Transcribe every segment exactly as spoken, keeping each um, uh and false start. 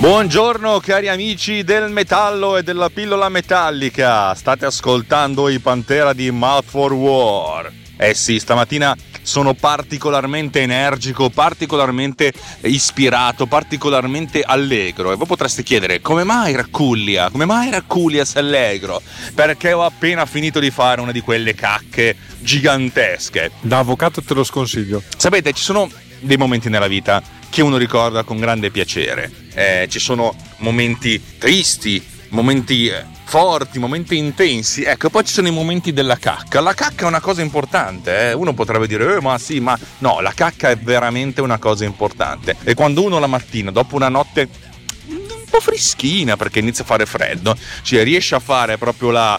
Buongiorno cari amici del metallo e della pillola metallica, state ascoltando i Pantera di Mouth for War. Eh sì, stamattina sono particolarmente energico, particolarmente ispirato, particolarmente allegro. E voi potreste chiedere, come mai Raccullia? Come mai Raccullia sei allegro? Perché ho appena finito di fare una di quelle cacche gigantesche. Da avvocato te lo sconsiglio. Sapete, ci sono dei momenti nella vita che uno ricorda con grande piacere. Eh, ci sono momenti tristi, momenti forti, momenti intensi. Ecco, poi ci sono i momenti della cacca. La cacca è una cosa importante, eh? Uno potrebbe dire, eh, ma sì, ma no, la cacca è veramente una cosa importante. E quando uno la mattina, dopo una notte un po' freschina, perché inizia a fare freddo, cioè riesce a fare proprio la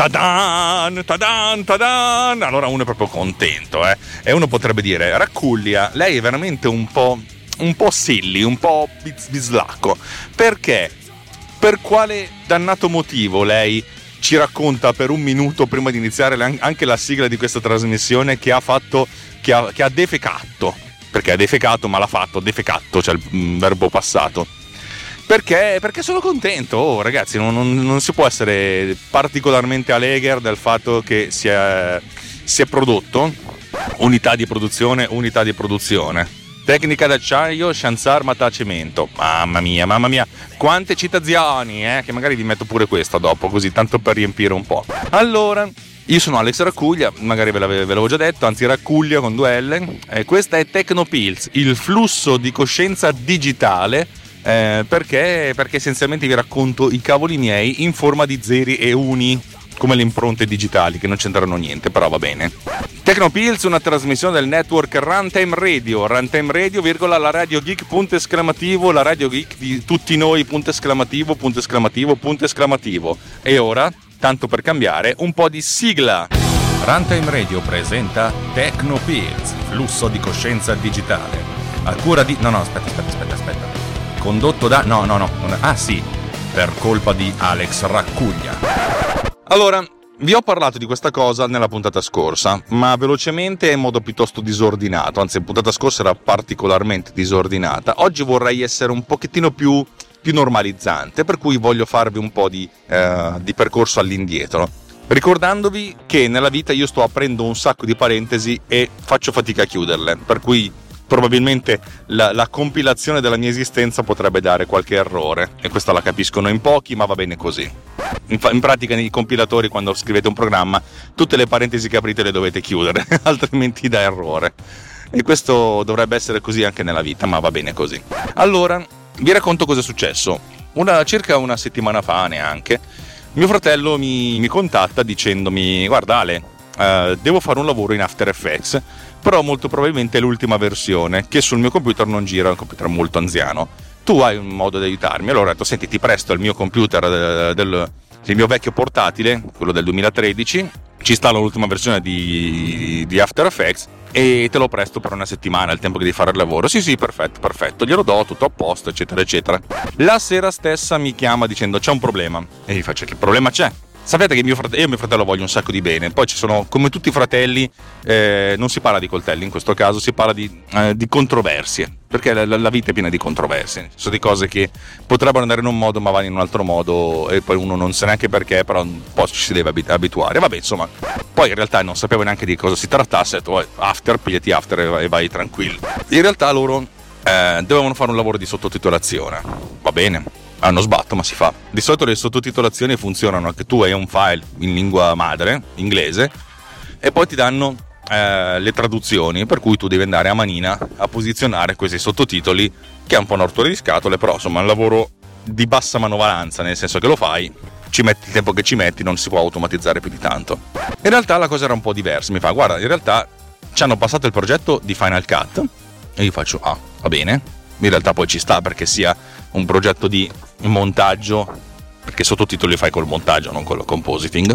tadan, tadan, tadan, allora uno è proprio contento, eh? E uno potrebbe dire, Raccullia, lei è veramente un po'... un po' silly, un po' bislacco. Perché? Per quale dannato motivo lei ci racconta per un minuto prima di iniziare anche la sigla di questa trasmissione che ha fatto, che ha, che ha defecato? Perché ha defecato, ma l'ha fatto, defecato, cioè il verbo passato. Perché? Perché sono contento, oh, ragazzi, non, non, non si può essere particolarmente allegri del fatto che si è, si è prodotto unità di produzione, unità di produzione. Tecnica d'acciaio, Scianzar Matacemento. Mamma mia, mamma mia, quante citazioni, eh? Che magari vi metto pure questa dopo, così tanto per riempire un po'. Allora, io sono Alex Raccuglia, magari ve l'avevo già detto, anzi Raccuglia con due L. Eh, questa è Tecnopills, il flusso di coscienza digitale. Eh, perché? Perché essenzialmente vi racconto i cavoli miei in forma di zeri e uni, come le impronte digitali, che non c'entrano niente, però va bene. Tecnopills, una trasmissione del network Runtime Radio, Runtime Radio, virgola, la Radio Geek, punto esclamativo, la Radio Geek di tutti noi, punto esclamativo, punto esclamativo, punto esclamativo. E ora, tanto per cambiare, un po' di sigla. Runtime Radio presenta Tecnopills, flusso di coscienza digitale. A cura di... No, no, aspetta, aspetta, aspetta, aspetta. Condotto da... No, no, no. Ah, sì. Per colpa di Alex Raccuglia. Allora, vi ho parlato di questa cosa nella puntata scorsa, ma velocemente e in modo piuttosto disordinato, anzi la puntata scorsa era particolarmente disordinata. Oggi vorrei essere un pochettino più, più normalizzante, per cui voglio farvi un po' di, eh, di percorso all'indietro, ricordandovi che nella vita io sto aprendo un sacco di parentesi e faccio fatica a chiuderle, per cui probabilmente la, la compilazione della mia esistenza potrebbe dare qualche errore, e questa la capiscono in pochi, ma va bene così. In, fa- in pratica nei compilatori, quando scrivete un programma, tutte le parentesi che aprite le dovete chiudere, altrimenti dà errore. E questo dovrebbe essere così anche nella vita, ma va bene così. Allora, vi racconto cosa è successo. Una, circa una settimana fa neanche, mio fratello mi, mi contatta dicendomi, guarda Ale, eh, devo fare un lavoro in After Effects, però molto probabilmente è l'ultima versione, che sul mio computer non gira, è un computer molto anziano. Tu hai un modo di aiutarmi? Allora ho detto, senti, ti presto il mio computer del, del, del mio vecchio portatile, quello del duemilatredici, ci installo l'ultima versione di, di After Effects e te lo presto per una settimana, il tempo che devi fare il lavoro. Sì sì, perfetto, perfetto, glielo do, tutto a posto, eccetera eccetera. La sera stessa mi chiama dicendo c'è un problema, e gli faccio, che problema c'è? Sapete che mio fratello, io e mio fratello voglio un sacco di bene, poi ci sono, come tutti i fratelli, eh, non si parla di coltelli in questo caso, si parla di, eh, di controversie, perché la, la vita è piena di controversie, sono di cose che potrebbero andare in un modo ma vanno in un altro modo e poi uno non sa neanche perché, però un po' ci si deve abituare, vabbè insomma. Poi in realtà non sapevo neanche di cosa si trattasse, ho detto after, pigliati after e vai tranquillo. In realtà loro eh, dovevano fare un lavoro di sottotitolazione, va bene. Hanno sbatto, ma si fa. Di solito le sottotitolazioni funzionano che tu hai un file in lingua madre, inglese, e poi ti danno eh, le traduzioni, per cui tu devi andare a manina a posizionare questi sottotitoli, che è un po' un rottura di scatole, però insomma è un lavoro di bassa manovalanza, nel senso che lo fai, ci metti il tempo che ci metti, non si può automatizzare più di tanto. In realtà la cosa era un po' diversa, mi fa, guarda, in realtà ci hanno passato il progetto di Final Cut, e io faccio, ah, va bene, in realtà poi ci sta, perché sia un progetto di montaggio, perché sottotitoli fai col montaggio, non con lo compositing,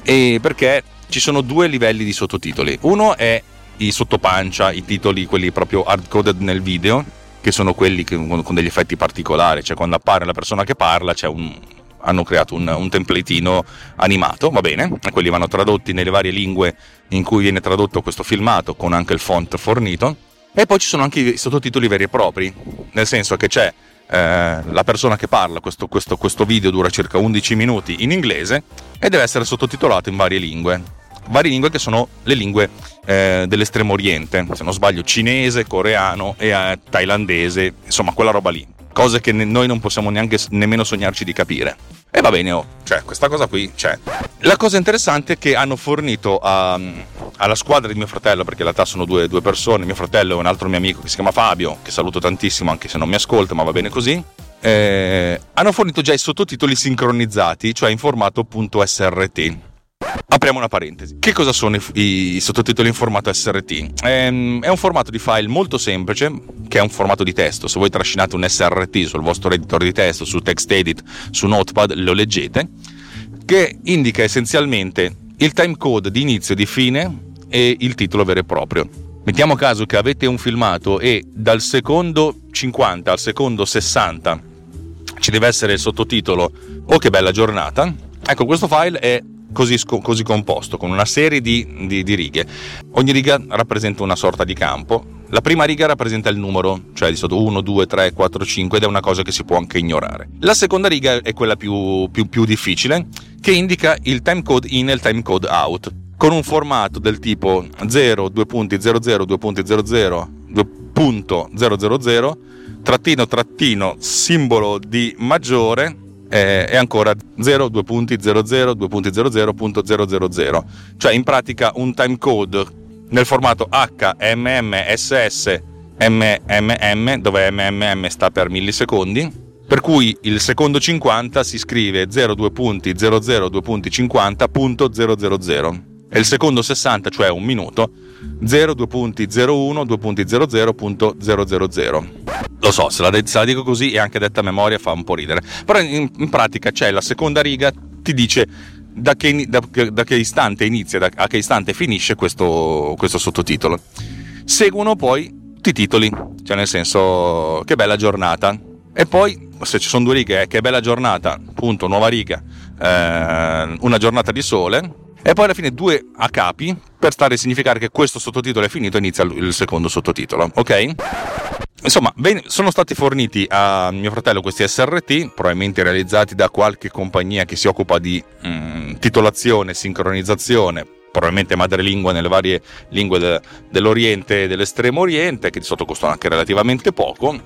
e perché ci sono due livelli di sottotitoli. Uno è i sottopancia, i titoli, quelli proprio hard-coded nel video, che sono quelli che, con degli effetti particolari, cioè quando appare la persona che parla c'è un, hanno creato un, un templatino animato, va bene, e quelli vanno tradotti nelle varie lingue in cui viene tradotto questo filmato, con anche il font fornito. E poi ci sono anche i sottotitoli veri e propri, nel senso che c'è eh, la persona che parla, questo, questo, questo video dura circa undici minuti in inglese e deve essere sottotitolato in varie lingue, varie lingue che sono le lingue eh, dell'estremo oriente, se non sbaglio cinese, coreano e eh, thailandese, insomma quella roba lì, cose che ne- noi non possiamo neanche nemmeno sognarci di capire. E va bene, oh, cioè questa cosa qui c'è. La cosa interessante è che hanno fornito a, alla squadra di mio fratello, perché in realtà sono due, due persone, mio fratello e un altro mio amico che si chiama Fabio, che saluto tantissimo anche se non mi ascolta, ma va bene così, eh, hanno fornito già i sottotitoli sincronizzati, cioè in formato .srt. Apriamo una parentesi. Che cosa sono i, i sottotitoli in formato S R T? Ehm, è un formato di file molto semplice, che è un formato di testo. Se voi trascinate un S R T sul vostro editor di testo, su TextEdit, su Notepad, lo leggete, che indica essenzialmente il timecode di inizio e di fine e il titolo vero e proprio. Mettiamo caso che avete un filmato e dal secondo cinquanta al secondo sessanta ci deve essere il sottotitolo "Oh che bella giornata". Ecco, questo file è Così, così composto, con una serie di, di, di righe. Ogni riga rappresenta una sorta di campo. La prima riga rappresenta il numero, cioè di sotto uno, due, tre, quattro, cinque, ed è una cosa che si può anche ignorare. La seconda riga è quella più, più, più difficile, che indica il timecode in e il timecode out, con un formato del tipo zero, due punti zero zero, due punti zero zero, due punti zero zero zero, trattino, trattino, simbolo di maggiore, e ancora zero, due punti zero zero, due punti zero zero, punto zero zero zero, cioè in pratica un timecode nel formato H M M S S M M M, dove M M M sta per millisecondi, per cui il secondo cinquanta si scrive zero, due punti zero zero, due punti cinquanta, punto zero zero zero, e il secondo sessanta, cioè un minuto, zero, due punti zero uno, due punti zero zero, punto zero zero zero. Lo so, se la, se la dico così e anche detta a memoria fa un po' ridere, però in, in pratica c'è la seconda riga, ti dice da che, da, da che istante inizia, da, a che istante finisce questo, questo sottotitolo. Seguono poi tutti i titoli, cioè nel senso che bella giornata, e poi se ci sono due righe, che bella giornata, punto, nuova riga, eh, una giornata di sole, e poi alla fine due a capi per stare a significare che questo sottotitolo è finito e inizia il secondo sottotitolo, ok? Insomma, sono stati forniti a mio fratello questi S R T, probabilmente realizzati da qualche compagnia che si occupa di mh, titolazione, sincronizzazione, probabilmente madrelingua nelle varie lingue de, dell'Oriente e dell'Estremo Oriente, che di sotto costano anche relativamente poco,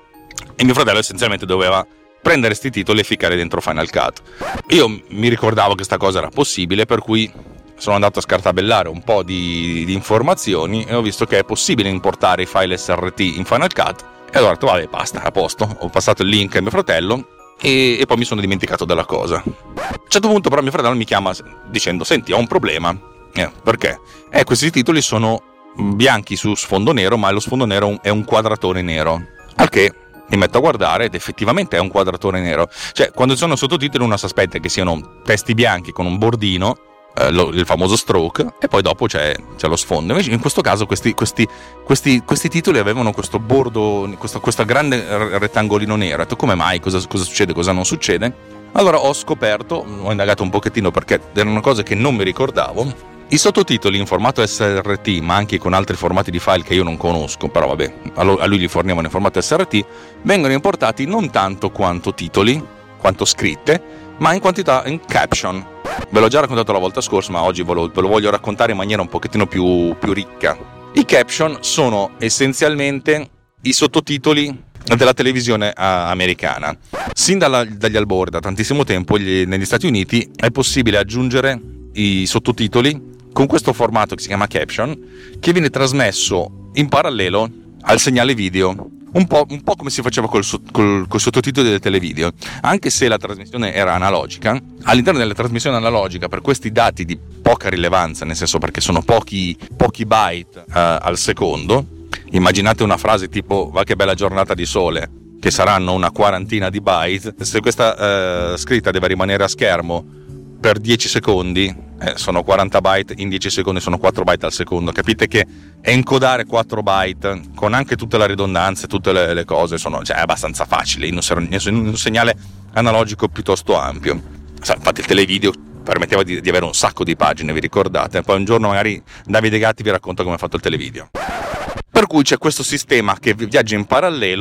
e mio fratello essenzialmente doveva prendere sti titoli e ficcare dentro Final Cut. Io mi ricordavo che sta cosa era possibile, per cui sono andato a scartabellare un po' di, di informazioni e ho visto che è possibile importare i file S R T in Final Cut, e allora ho detto vabbè, basta, a posto. Ho passato il link a mio fratello e, e poi mi sono dimenticato della cosa. A un certo punto però mio fratello mi chiama dicendo: senti, ho un problema. Eh, perché? Eh, questi titoli sono bianchi su sfondo nero, ma lo sfondo nero è un quadratone nero. Al che mi metto a guardare ed effettivamente è un quadratone nero. Cioè, quando ci sono sottotitoli uno si aspetta che siano testi bianchi con un bordino, eh, lo, il famoso stroke, e poi dopo c'è, c'è lo sfondo. Invece in questo caso questi, questi, questi, questi titoli avevano questo bordo, questo, questo grande rettangolino nero. Ho detto: come mai? Cosa, cosa succede? Cosa non succede? Allora ho scoperto, ho indagato un pochettino perché erano cose che non mi ricordavo. I sottotitoli in formato S R T, ma anche con altri formati di file che io non conosco, però vabbè, a lui li fornivano in formato S R T, vengono importati non tanto quanto titoli, quanto scritte, ma in quantità in caption. Ve l'ho già raccontato la volta scorsa, ma oggi ve lo, ve lo voglio raccontare in maniera un pochettino più, più ricca. I caption sono essenzialmente i sottotitoli della televisione americana. Sin dalla, dagli albori, da tantissimo tempo, gli, negli Stati Uniti è possibile aggiungere i sottotitoli con questo formato che si chiama caption, che viene trasmesso in parallelo al segnale video, un po', un po' come si faceva col, col, col sottotitolo delle televideo. Anche se la trasmissione era analogica, all'interno della trasmissione analogica, per questi dati di poca rilevanza, nel senso perché sono pochi, pochi byte uh, al secondo, immaginate una frase tipo "va che bella giornata di sole", che saranno una quarantina di byte. Se questa uh, scritta deve rimanere a schermo per dieci secondi, eh, sono quaranta byte, in dieci secondi sono quattro byte al secondo. Capite che encodare quattro byte con anche tutte le ridondanze, tutte le, le cose, sono, cioè, è abbastanza facile in un, in un segnale analogico piuttosto ampio. Infatti il televideo permetteva di, di avere un sacco di pagine, vi ricordate? Poi un giorno magari Davide Gatti vi racconta come ha fatto il televideo. Per cui c'è questo sistema che viaggia in parallelo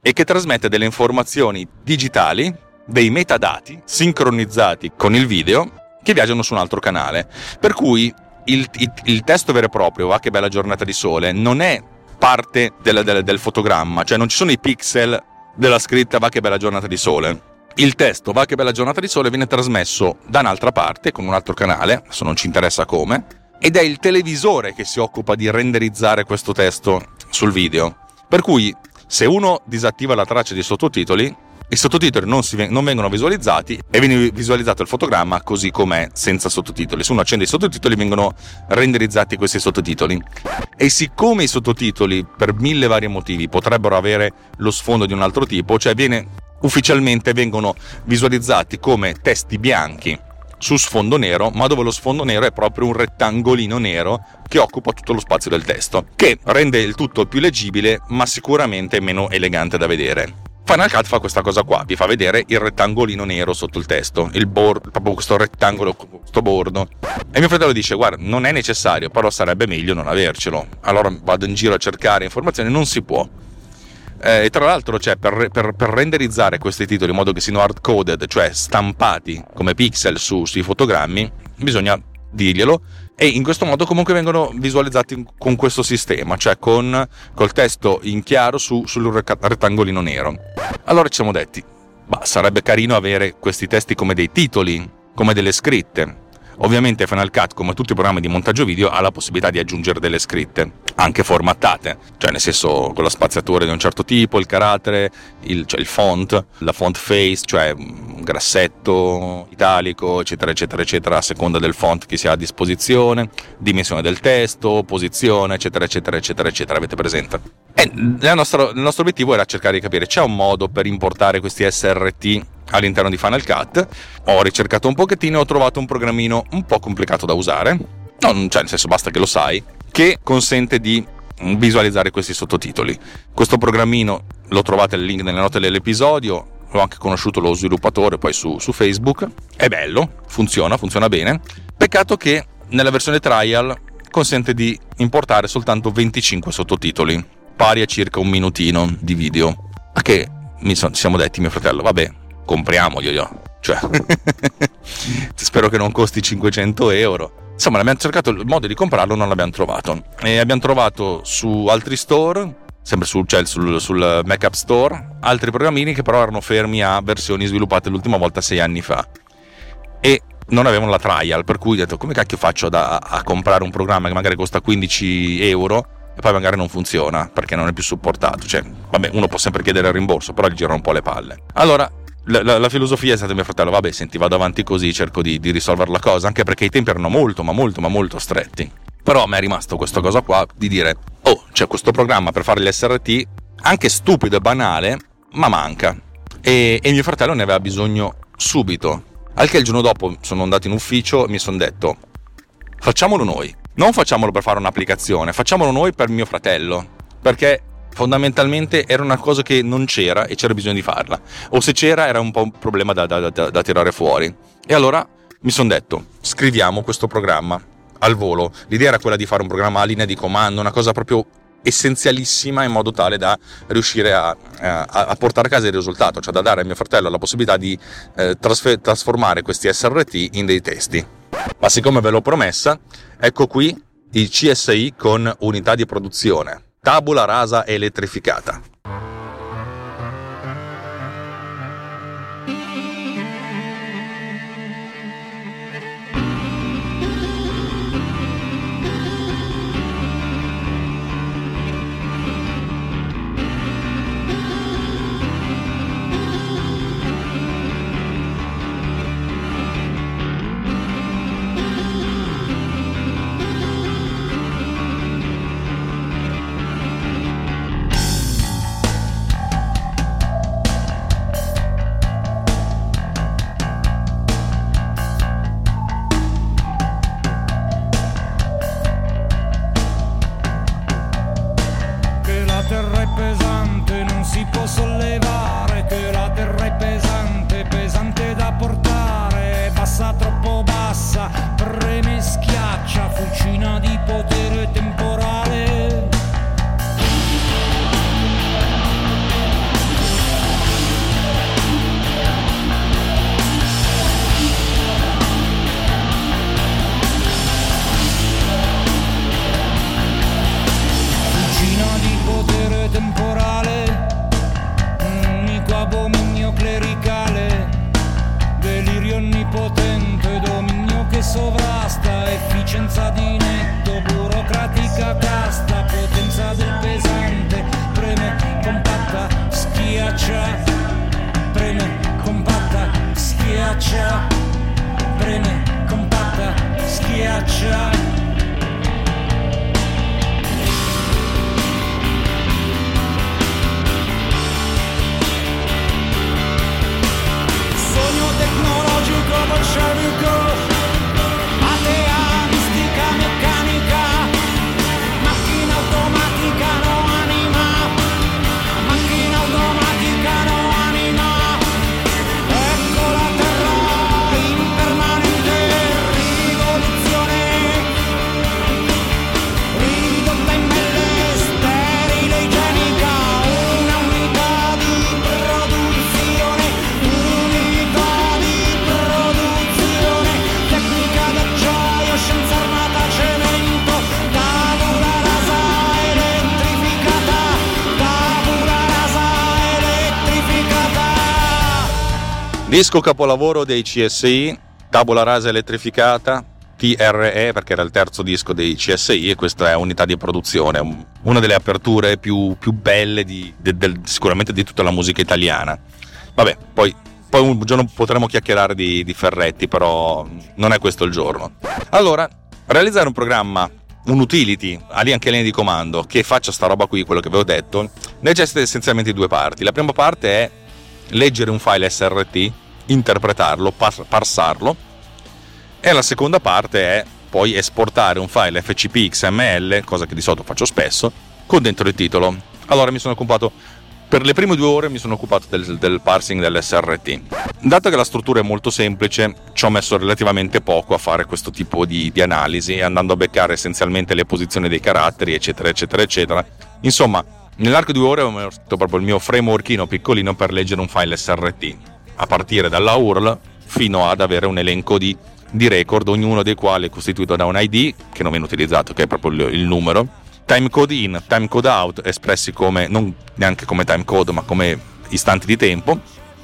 e che trasmette delle informazioni digitali, dei metadati sincronizzati con il video che viaggiano su un altro canale. Per cui il, il, il testo vero e proprio, va che bella giornata di sole, non è parte del, del, del fotogramma, cioè non ci sono i pixel della scritta va che bella giornata di sole. Il testo va che bella giornata di sole viene trasmesso da un'altra parte con un altro canale, adesso non ci interessa come, ed è il televisore che si occupa di renderizzare questo testo sul video. Per cui se uno disattiva la traccia di sottotitoli, i sottotitoli non, si, non vengono visualizzati e viene visualizzato il fotogramma così com'è, senza sottotitoli. Se uno accende i sottotitoli vengono renderizzati questi sottotitoli. E siccome i sottotitoli per mille vari motivi potrebbero avere lo sfondo di un altro tipo, cioè viene ufficialmente vengono visualizzati come testi bianchi su sfondo nero, ma dove lo sfondo nero è proprio un rettangolino nero che occupa tutto lo spazio del testo, che rende il tutto più leggibile ma sicuramente meno elegante da vedere. Final Cut fa questa cosa qua, vi fa vedere il rettangolino nero sotto il testo, il bordo, proprio questo rettangolo, questo bordo. E mio fratello dice: guarda, non è necessario, però sarebbe meglio non avercelo. Allora vado in giro a cercare informazioni, non si può. E eh, tra l'altro, cioè, per, per, per renderizzare questi titoli in modo che siano hard coded, cioè stampati come pixel su, sui fotogrammi, bisogna dirglielo, e in questo modo comunque vengono visualizzati con questo sistema, cioè con col testo in chiaro su, sul rettangolino nero. Allora ci siamo detti, bah, sarebbe carino avere questi testi come dei titoli, come delle scritte. Ovviamente Final Cut, come tutti i programmi di montaggio video, ha la possibilità di aggiungere delle scritte, anche formattate, cioè nel senso con la spaziatura di un certo tipo, il carattere, il, cioè il font, la font face, cioè un grassetto, italico, eccetera, eccetera, eccetera, a seconda del font che si ha a disposizione, dimensione del testo, posizione, eccetera, eccetera, eccetera, eccetera. Avete presente? E il nostro, il nostro obiettivo era cercare di capire, c'è un modo per importare questi S R T all'interno di Final Cut. Ho ricercato un pochettino e ho trovato un programmino un po' complicato da usare, non, cioè nel senso basta che lo sai, che consente di visualizzare questi sottotitoli. Questo programmino lo trovate il link nelle note dell'episodio, l'ho anche conosciuto lo sviluppatore poi su, su Facebook, è bello, funziona, funziona bene. Peccato che nella versione trial consente di importare soltanto venticinque sottotitoli, pari a circa un minutino di video. A che mi son, ci siamo detti, mio fratello, vabbè, compriamoglielo, cioè spero che non costi cinquecento euro. Insomma, abbiamo cercato il modo di comprarlo, non l'abbiamo trovato, e abbiamo trovato su altri store, sempre sul, cioè sul, sul Mac App Store, altri programmini che però erano fermi a versioni sviluppate l'ultima volta sei anni fa e non avevano la trial, per cui ho detto come cacchio faccio da, a comprare un programma che magari costa quindici euro e poi magari non funziona perché non è più supportato. Cioè, vabbè, uno può sempre chiedere il rimborso, però gli girano un po' le palle. Allora La, la, la filosofia è stata mio fratello, vabbè, senti, vado avanti così, cerco di, di risolvere la cosa, anche perché i tempi erano molto ma molto ma molto stretti. Però a me è rimasto questa cosa qua di dire, oh, c'è questo programma per fare gli S R T, anche stupido e banale, ma manca, e, e mio fratello ne aveva bisogno subito. Al che il giorno dopo sono andato in ufficio e mi sono detto, facciamolo noi, non facciamolo per fare un'applicazione, facciamolo noi per mio fratello, perché fondamentalmente era una cosa che non c'era e c'era bisogno di farla, o se c'era era un po' un problema da, da, da, da tirare fuori. E allora mi sono detto, scriviamo questo programma al volo. L'idea era quella di fare un programma a linea di comando, una cosa proprio essenzialissima, in modo tale da riuscire a, a, a portare a casa il risultato, cioè da dare a mio fratello la possibilità di eh, trasfer- trasformare questi S R T in dei testi. Ma siccome ve l'ho promessa, ecco qui il C S I con unità di produzione, tabula rasa elettrificata. ghiaccia. Sogno tecnologico bolscevico, atea mistica meccanica, macchina automatica no anima, macchina automatica no anima. Ecco la terra in permanente rivoluzione, ridotta in pelle sterile igienica, una unità di produzione, unità di produzione, tecnica d'acciaio, scienza armata, cemento, tabula rasa elettrificata, tabula rasa elettrificata. Disco capolavoro dei C S I, Tabula Rasa Elettrificata, T R E, perché era il terzo disco dei C S I, e questa è unità di produzione, un- una delle aperture più, più belle di, de- del- sicuramente di tutta la musica italiana. Vabbè, poi, poi un giorno potremo chiacchierare di, di Ferretti, però non è questo il giorno. Allora, realizzare un programma, un utility, lì anche linea di comando, che faccia sta roba qui, quello che avevo detto, necessita essenzialmente di due parti. La prima parte è leggere un file S R T, interpretarlo, par- parsarlo, e la seconda parte è poi esportare un file F C P X M L, cosa che di solito faccio spesso, con dentro il titolo. Allora mi sono occupato, per le prime due ore mi sono occupato del, del parsing dell'S R T. Dato che la struttura è molto semplice, ci ho messo relativamente poco a fare questo tipo di, di analisi, andando a beccare essenzialmente le posizioni dei caratteri, eccetera, eccetera, eccetera. Insomma, nell'arco di due ore ho messo proprio il mio frameworkino piccolino per leggere un file S R T, a partire dalla U R L fino ad avere un elenco di, di record, ognuno dei quali è costituito da un I D, che non viene utilizzato, che è proprio il, il numero, timecode in, timecode out, espressi come, non neanche come timecode, ma come istanti di tempo,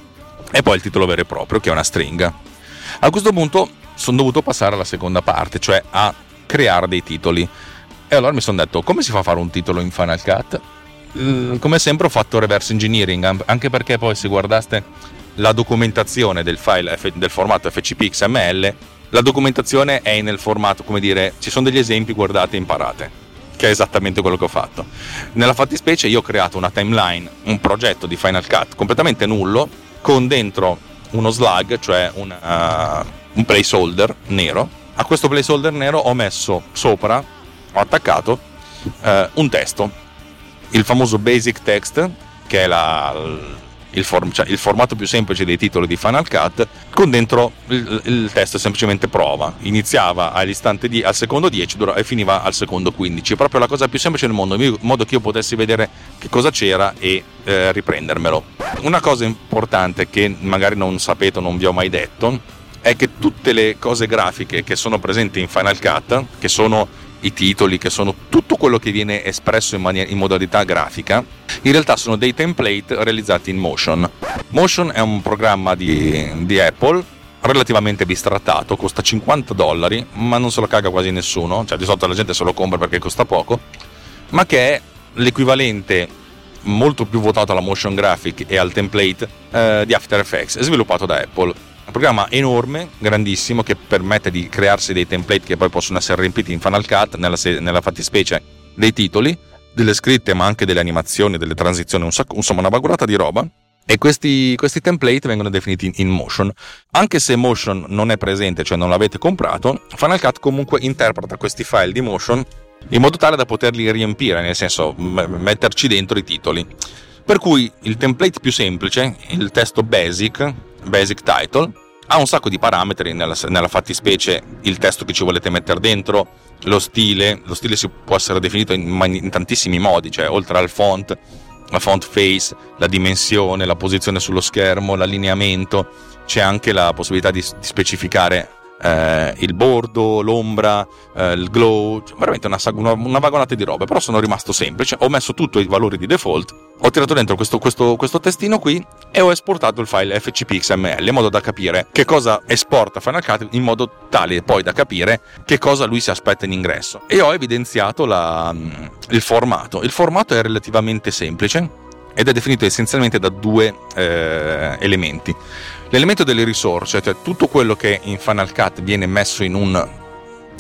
e poi il titolo vero e proprio, che è una stringa. A questo punto sono dovuto passare alla seconda parte, cioè a creare dei titoli. E allora mi sono detto, come si fa a fare un titolo in Final Cut? Eh, come sempre ho fatto reverse engineering, anche perché poi se guardaste la documentazione del file F- del formato F C P X M L, la documentazione è nel formato, come dire, ci sono degli esempi, guardate e imparate, che è esattamente quello che ho fatto. Nella fattispecie io ho creato una timeline, un progetto di Final Cut completamente nullo, con dentro uno slug, cioè un, uh, un placeholder nero. A questo placeholder nero ho messo sopra, ho attaccato uh, un testo, il famoso basic text, che è la... Il, form- cioè il formato più semplice dei titoli di Final Cut, con dentro il, il testo semplicemente prova, iniziava all'istante di, al secondo dieci e finiva al secondo quindici, proprio la cosa più semplice del mondo, in modo che io potessi vedere che cosa c'era e eh, riprendermelo. Una cosa importante che magari non sapete o non vi ho mai detto è che tutte le cose grafiche che sono presenti in Final Cut, che sono i titoli, che sono tutto quello che viene espresso in, maniera, in modalità grafica, in realtà sono dei template realizzati in Motion. Motion è un programma di, di Apple relativamente bistrattato, costa cinquanta dollari, ma non se lo caga quasi nessuno, cioè di solito la gente se lo compra perché costa poco, ma che è l'equivalente molto più votato alla motion graphic e al template eh, di After Effects, è sviluppato da Apple. Un programma enorme, grandissimo, che permette di crearsi dei template che poi possono essere riempiti in Final Cut, nella, nella fattispecie dei titoli, delle scritte, ma anche delle animazioni, delle transizioni, un sacco, insomma una vagurata di roba. E questi, questi template vengono definiti in, in Motion. Anche se Motion non è presente, cioè non l'avete comprato, Final Cut comunque interpreta questi file di Motion in modo tale da poterli riempire, nel senso m- metterci dentro i titoli. Per cui il template più semplice, il testo basic, basic title, ha un sacco di parametri, nella, nella fattispecie il testo che ci volete mettere dentro, lo stile, lo stile si può essere definito in, man- in tantissimi modi, cioè oltre al font, la font face, la dimensione, la posizione sullo schermo, l'allineamento, c'è anche la possibilità di, di specificare eh, il bordo, l'ombra, eh, il glow, cioè veramente una, una, una vagonata di robe. Però sono rimasto semplice, ho messo tutti i valori di default, ho tirato dentro questo, questo, questo testino qui e ho esportato il file F C P X M L in modo da capire che cosa esporta Final Cut, in modo tale poi da capire che cosa lui si aspetta in ingresso. E ho evidenziato la, il formato. Il formato è relativamente semplice ed è definito essenzialmente da due eh, elementi. L'elemento delle risorse, cioè tutto quello che in Final Cut viene messo in un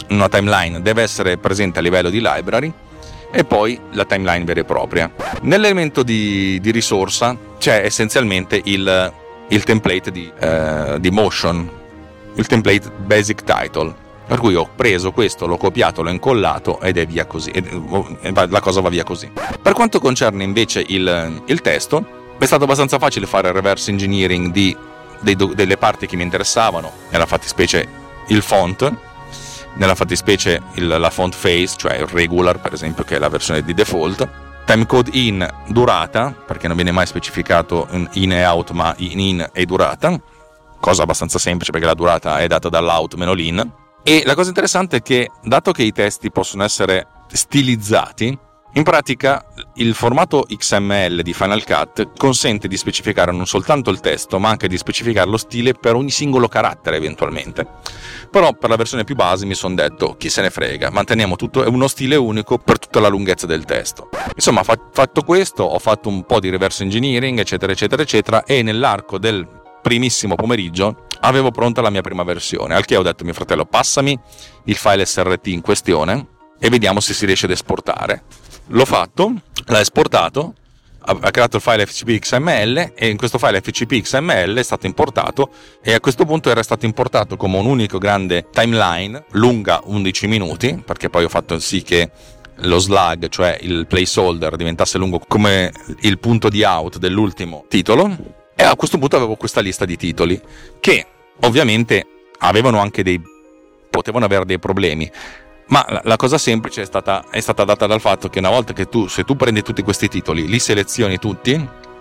una timeline deve essere presente a livello di library, e poi la timeline vera e propria. Nell'elemento di, di risorsa c'è essenzialmente il, il template di, eh, di Motion, il template basic title, per cui ho preso questo, l'ho copiato, l'ho incollato ed è via così, e la cosa va via così. Per quanto concerne invece il, il testo, è stato abbastanza facile fare il reverse engineering di, dei, delle parti che mi interessavano, nella fattispecie il font, nella fattispecie il, la font face, cioè il regular per esempio, che è la versione di default, timecode in, durata, perché non viene mai specificato in e out, ma in in e durata, cosa abbastanza semplice perché la durata è data dall'out meno l'in. E la cosa interessante è che, dato che i testi possono essere stilizzati, in pratica il formato X M L di Final Cut consente di specificare non soltanto il testo, ma anche di specificare lo stile per ogni singolo carattere eventualmente. Però per la versione più base mi sono detto, chi se ne frega, manteniamo tutto, è uno stile unico per tutta la lunghezza del testo. Insomma, fatto questo, ho fatto un po' di reverse engineering, eccetera, eccetera, eccetera, e nell'arco del primissimo pomeriggio avevo pronta la mia prima versione, al che ho detto a mio fratello, passami il file S R T in questione e vediamo se si riesce ad esportare. L'ho fatto, l'ha esportato, ha creato il file F C P X M L, e in questo file F C P X M L è stato importato, e a questo punto era stato importato come un unico grande timeline lunga undici minuti, perché poi ho fatto sì che lo slug, cioè il placeholder, diventasse lungo come il punto di out dell'ultimo titolo, e a questo punto avevo questa lista di titoli che ovviamente avevano anche dei potevano avere dei problemi. Ma la cosa semplice è stata, è stata data dal fatto che una volta che tu, se tu prendi tutti questi titoli, li selezioni tutti,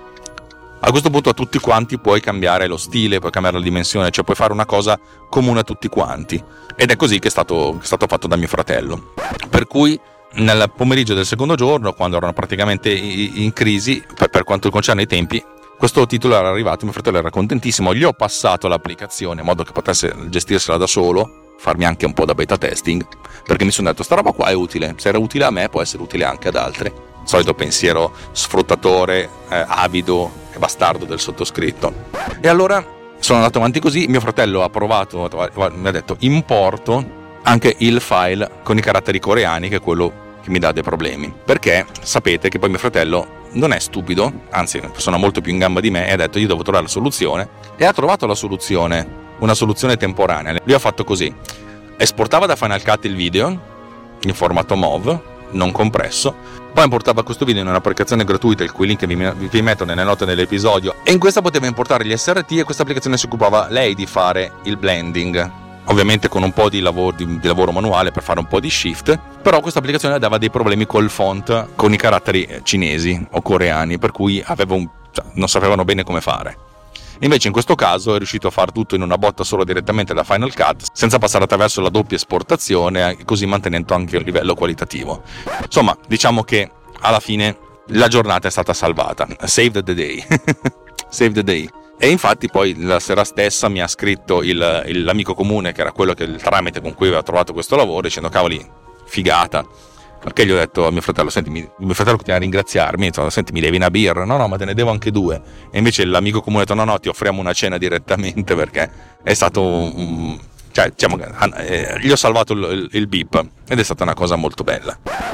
a questo punto a tutti quanti puoi cambiare lo stile, puoi cambiare la dimensione, cioè puoi fare una cosa comune a tutti quanti. Ed è così che è stato, che è stato fatto da mio fratello. Per cui nel pomeriggio del secondo giorno, quando erano praticamente in crisi per, per quanto concerne i tempi, questo titolo era arrivato, mio fratello era contentissimo, gli ho passato l'applicazione in modo che potesse gestirsela da solo, farmi anche un po' da beta testing, perché mi sono detto sta roba qua è utile, se era utile a me può essere utile anche ad altri. Solito pensiero sfruttatore, eh, avido e bastardo del sottoscritto. E allora sono andato avanti così, mio fratello ha provato, mi ha detto importo anche il file con i caratteri coreani, che è quello che mi dà dei problemi, perché sapete che poi mio fratello non è stupido, anzi sono molto più in gamba di me, e ha detto io devo trovare la soluzione, e ha trovato la soluzione, una soluzione temporanea. Lui ha fatto così: esportava da Final Cut il video in formato M O V non compresso, poi importava questo video in un'applicazione gratuita, il cui link vi, vi metto nelle note dell'episodio, e in questa poteva importare gli S R T, e questa applicazione si occupava lei di fare il blending, ovviamente con un po' di lavoro, di, di lavoro manuale per fare un po' di shift. Però questa applicazione dava dei problemi col font, con i caratteri cinesi o coreani, per cui avevo un, cioè, non sapevano bene come fare. Invece in questo caso è riuscito a fare tutto in una botta solo direttamente da Final Cut, senza passare attraverso la doppia esportazione, così mantenendo anche il livello qualitativo. Insomma, diciamo che alla fine la giornata è stata salvata. Save the day. Save the day. E infatti poi la sera stessa mi ha scritto il, il, l'amico comune, che era quello che il tramite con cui aveva trovato questo lavoro, dicendo cavoli, figata. Perché gli ho detto a mio fratello, senti, mi, mio fratello continua a ringraziarmi, ho detto, senti, mi devi una birra? No, no, ma te ne devo anche due. E invece l'amico comune ha detto, no, no, ti offriamo una cena direttamente, perché è stato un... cioè, diciamo, eh, gli ho salvato il, il, il beep, ed è stata una cosa molto bella.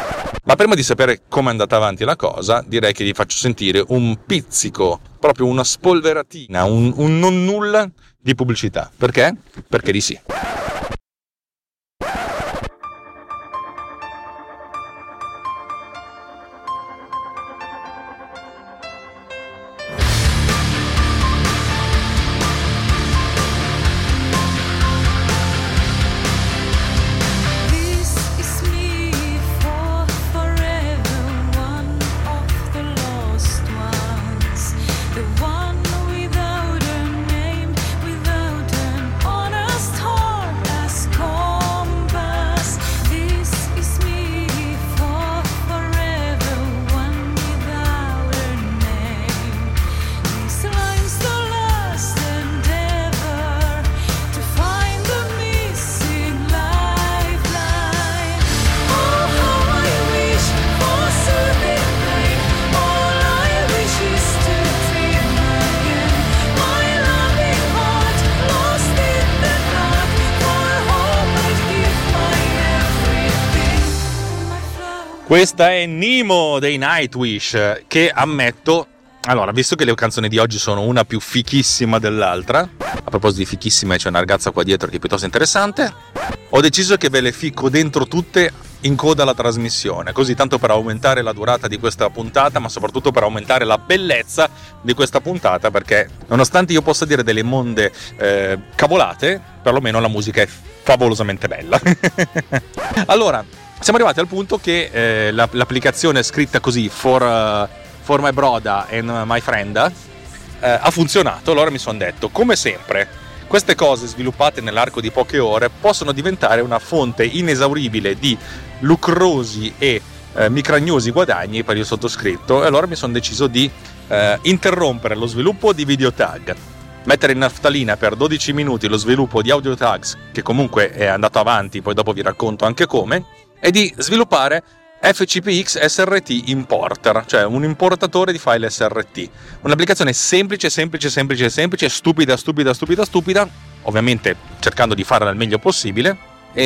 Ma prima di sapere come è andata avanti la cosa, direi che vi faccio sentire un pizzico, proprio una spolveratina, un, un non nulla di pubblicità. Perché? Perché di sì. Questa è Nemo dei Nightwish, che ammetto, allora, visto che le canzoni di oggi sono una più fichissima dell'altra, a proposito di fichissima c'è una ragazza qua dietro che è piuttosto interessante, ho deciso che ve le ficco dentro tutte in coda alla trasmissione, così tanto per aumentare la durata di questa puntata, ma soprattutto per aumentare la bellezza di questa puntata, perché nonostante io possa dire delle monde eh, cavolate, perlomeno la musica è favolosamente bella. Allora, siamo arrivati al punto che eh, la, l'applicazione scritta così for, uh, for my brother and my friend eh, ha funzionato. Allora mi sono detto, come sempre, queste cose sviluppate nell'arco di poche ore possono diventare una fonte inesauribile di lucrosi e eh, micragnosi guadagni per il sottoscritto, e allora mi sono deciso di eh, interrompere lo sviluppo di videotag, mettere in naftalina per dodici minuti lo sviluppo di audio tags, che comunque è andato avanti, poi dopo vi racconto anche come, e di sviluppare F C P X S R T Importer, cioè un importatore di file S R T. Un'applicazione semplice, semplice, semplice, semplice, stupida, stupida, stupida, stupida, ovviamente cercando di farla al meglio possibile,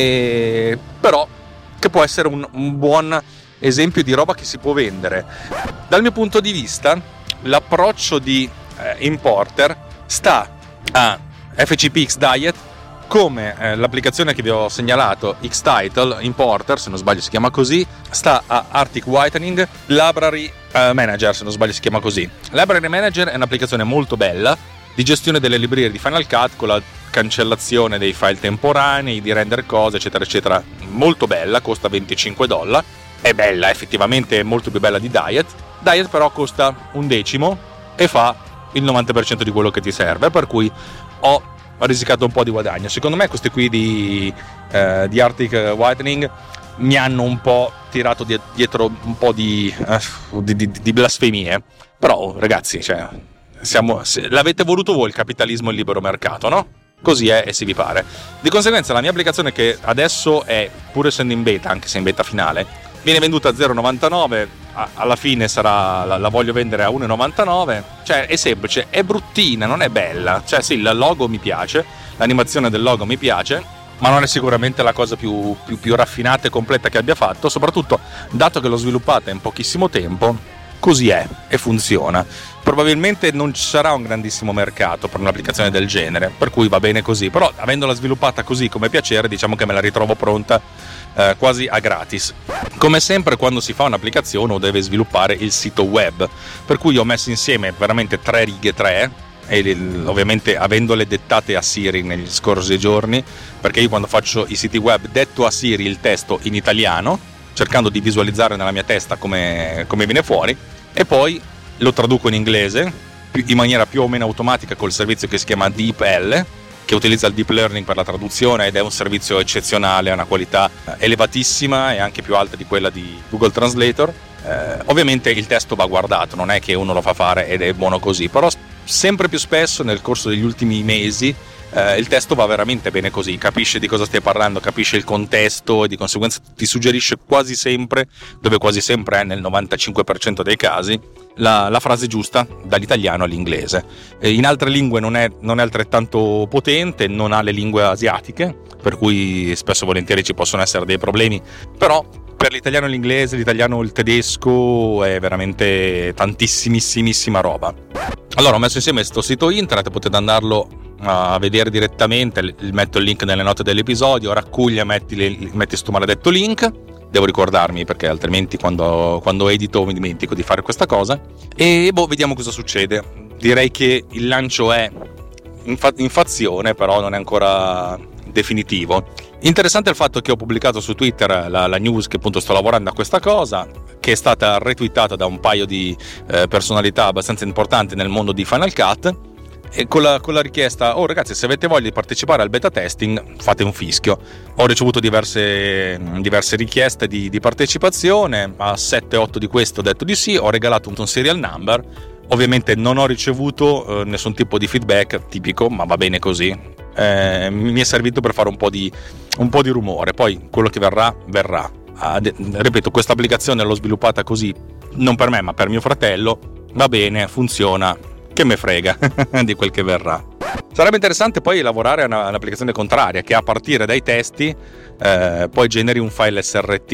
e però che può essere un, un buon esempio di roba che si può vendere. Dal mio punto di vista, l'approccio di eh, Importer sta a F C P X Diet come eh, l'applicazione che vi ho segnalato, Xtitle Importer, se non sbaglio si chiama così, sta a Arctic Whitening Library eh, Manager, se non sbaglio si chiama così. Library Manager è un'applicazione molto bella di gestione delle librerie di Final Cut, con la cancellazione dei file temporanei, di rendere cose, eccetera, eccetera. Molto bella, costa venticinque dollari. È bella, effettivamente è molto più bella di Diet. Diet però costa un decimo e fa il novanta per cento di quello che ti serve, per cui ho ho risicato un po' di guadagno. Secondo me questi qui di, eh, di Arctic Whitening mi hanno un po' tirato dietro un po' di, eh, di, di, di blasfemie, però ragazzi, cioè, siamo, se, l'avete voluto voi il capitalismo e il libero mercato, no? Così è e se vi pare. Di conseguenza la mia applicazione, che adesso è, pur essendo in beta, anche se in beta finale, viene venduta a zero virgola novantanove, alla fine sarà, la, la voglio vendere a uno virgola novantanove, cioè è semplice, è bruttina, non è bella, cioè sì, il logo mi piace, l'animazione del logo mi piace, ma non è sicuramente la cosa più, più, più raffinata e completa che abbia fatto, soprattutto dato che l'ho sviluppata in pochissimo tempo. Così è e funziona. Probabilmente non ci sarà un grandissimo mercato per un'applicazione del genere, per cui va bene così, però avendola sviluppata così come piacere, diciamo che me la ritrovo pronta eh, quasi a gratis. Come sempre quando si fa un'applicazione o deve sviluppare il sito web, per cui ho messo insieme veramente tre righe, tre, e ovviamente avendole dettate a Siri negli scorsi giorni, perché io quando faccio i siti web detto a Siri il testo in italiano, cercando di visualizzare nella mia testa come, come viene fuori, e poi lo traduco in inglese in maniera più o meno automatica col servizio che si chiama DeepL, che utilizza il deep learning per la traduzione, ed è un servizio eccezionale, ha una qualità elevatissima e anche più alta di quella di Google Translator. Eh, ovviamente il testo va guardato, non è che uno lo fa fare ed è buono così, però sempre più spesso nel corso degli ultimi mesi Eh, il testo va veramente bene così, capisce di cosa stai parlando, capisce il contesto e di conseguenza ti suggerisce quasi sempre, dove quasi sempre è nel novantacinque per cento dei casi, la, la frase giusta dall'italiano all'inglese. E in altre lingue non è, non è altrettanto potente, non ha le lingue asiatiche, per cui spesso e volentieri ci possono essere dei problemi, però per l'italiano e l'inglese, l'italiano e il tedesco è veramente tantissimissima roba. Allora ho messo insieme questo sito internet, potete andarlo a vedere direttamente, metto il link nelle note dell'episodio, raccoglia, metti, metti sto maledetto link, devo ricordarmi perché altrimenti quando, quando edito mi dimentico di fare questa cosa, e boh, vediamo cosa succede. Direi che il lancio è in, fa- in fazione, però non è ancora definitivo. Interessante il fatto che ho pubblicato su Twitter la, la news che appunto sto lavorando a questa cosa, che è stata retweetata da un paio di eh, personalità abbastanza importanti nel mondo di Final Cut, e con la, con la richiesta: oh ragazzi, se avete voglia di partecipare al beta testing fate un fischio. Ho ricevuto diverse, diverse richieste di, di partecipazione, a sette otto di queste ho detto di sì, ho regalato un serial number. Ovviamente non ho ricevuto eh, nessun tipo di feedback, tipico, ma va bene così. Eh, mi è servito per fare un po' di, un po' di rumore, poi quello che verrà verrà. Ah, de- ripeto, questa applicazione l'ho sviluppata così, non per me ma per mio fratello, va bene, funziona, che me frega di quel che verrà. Sarebbe interessante poi lavorare a una, un'applicazione contraria, che a partire dai testi eh, poi generi un file S R T.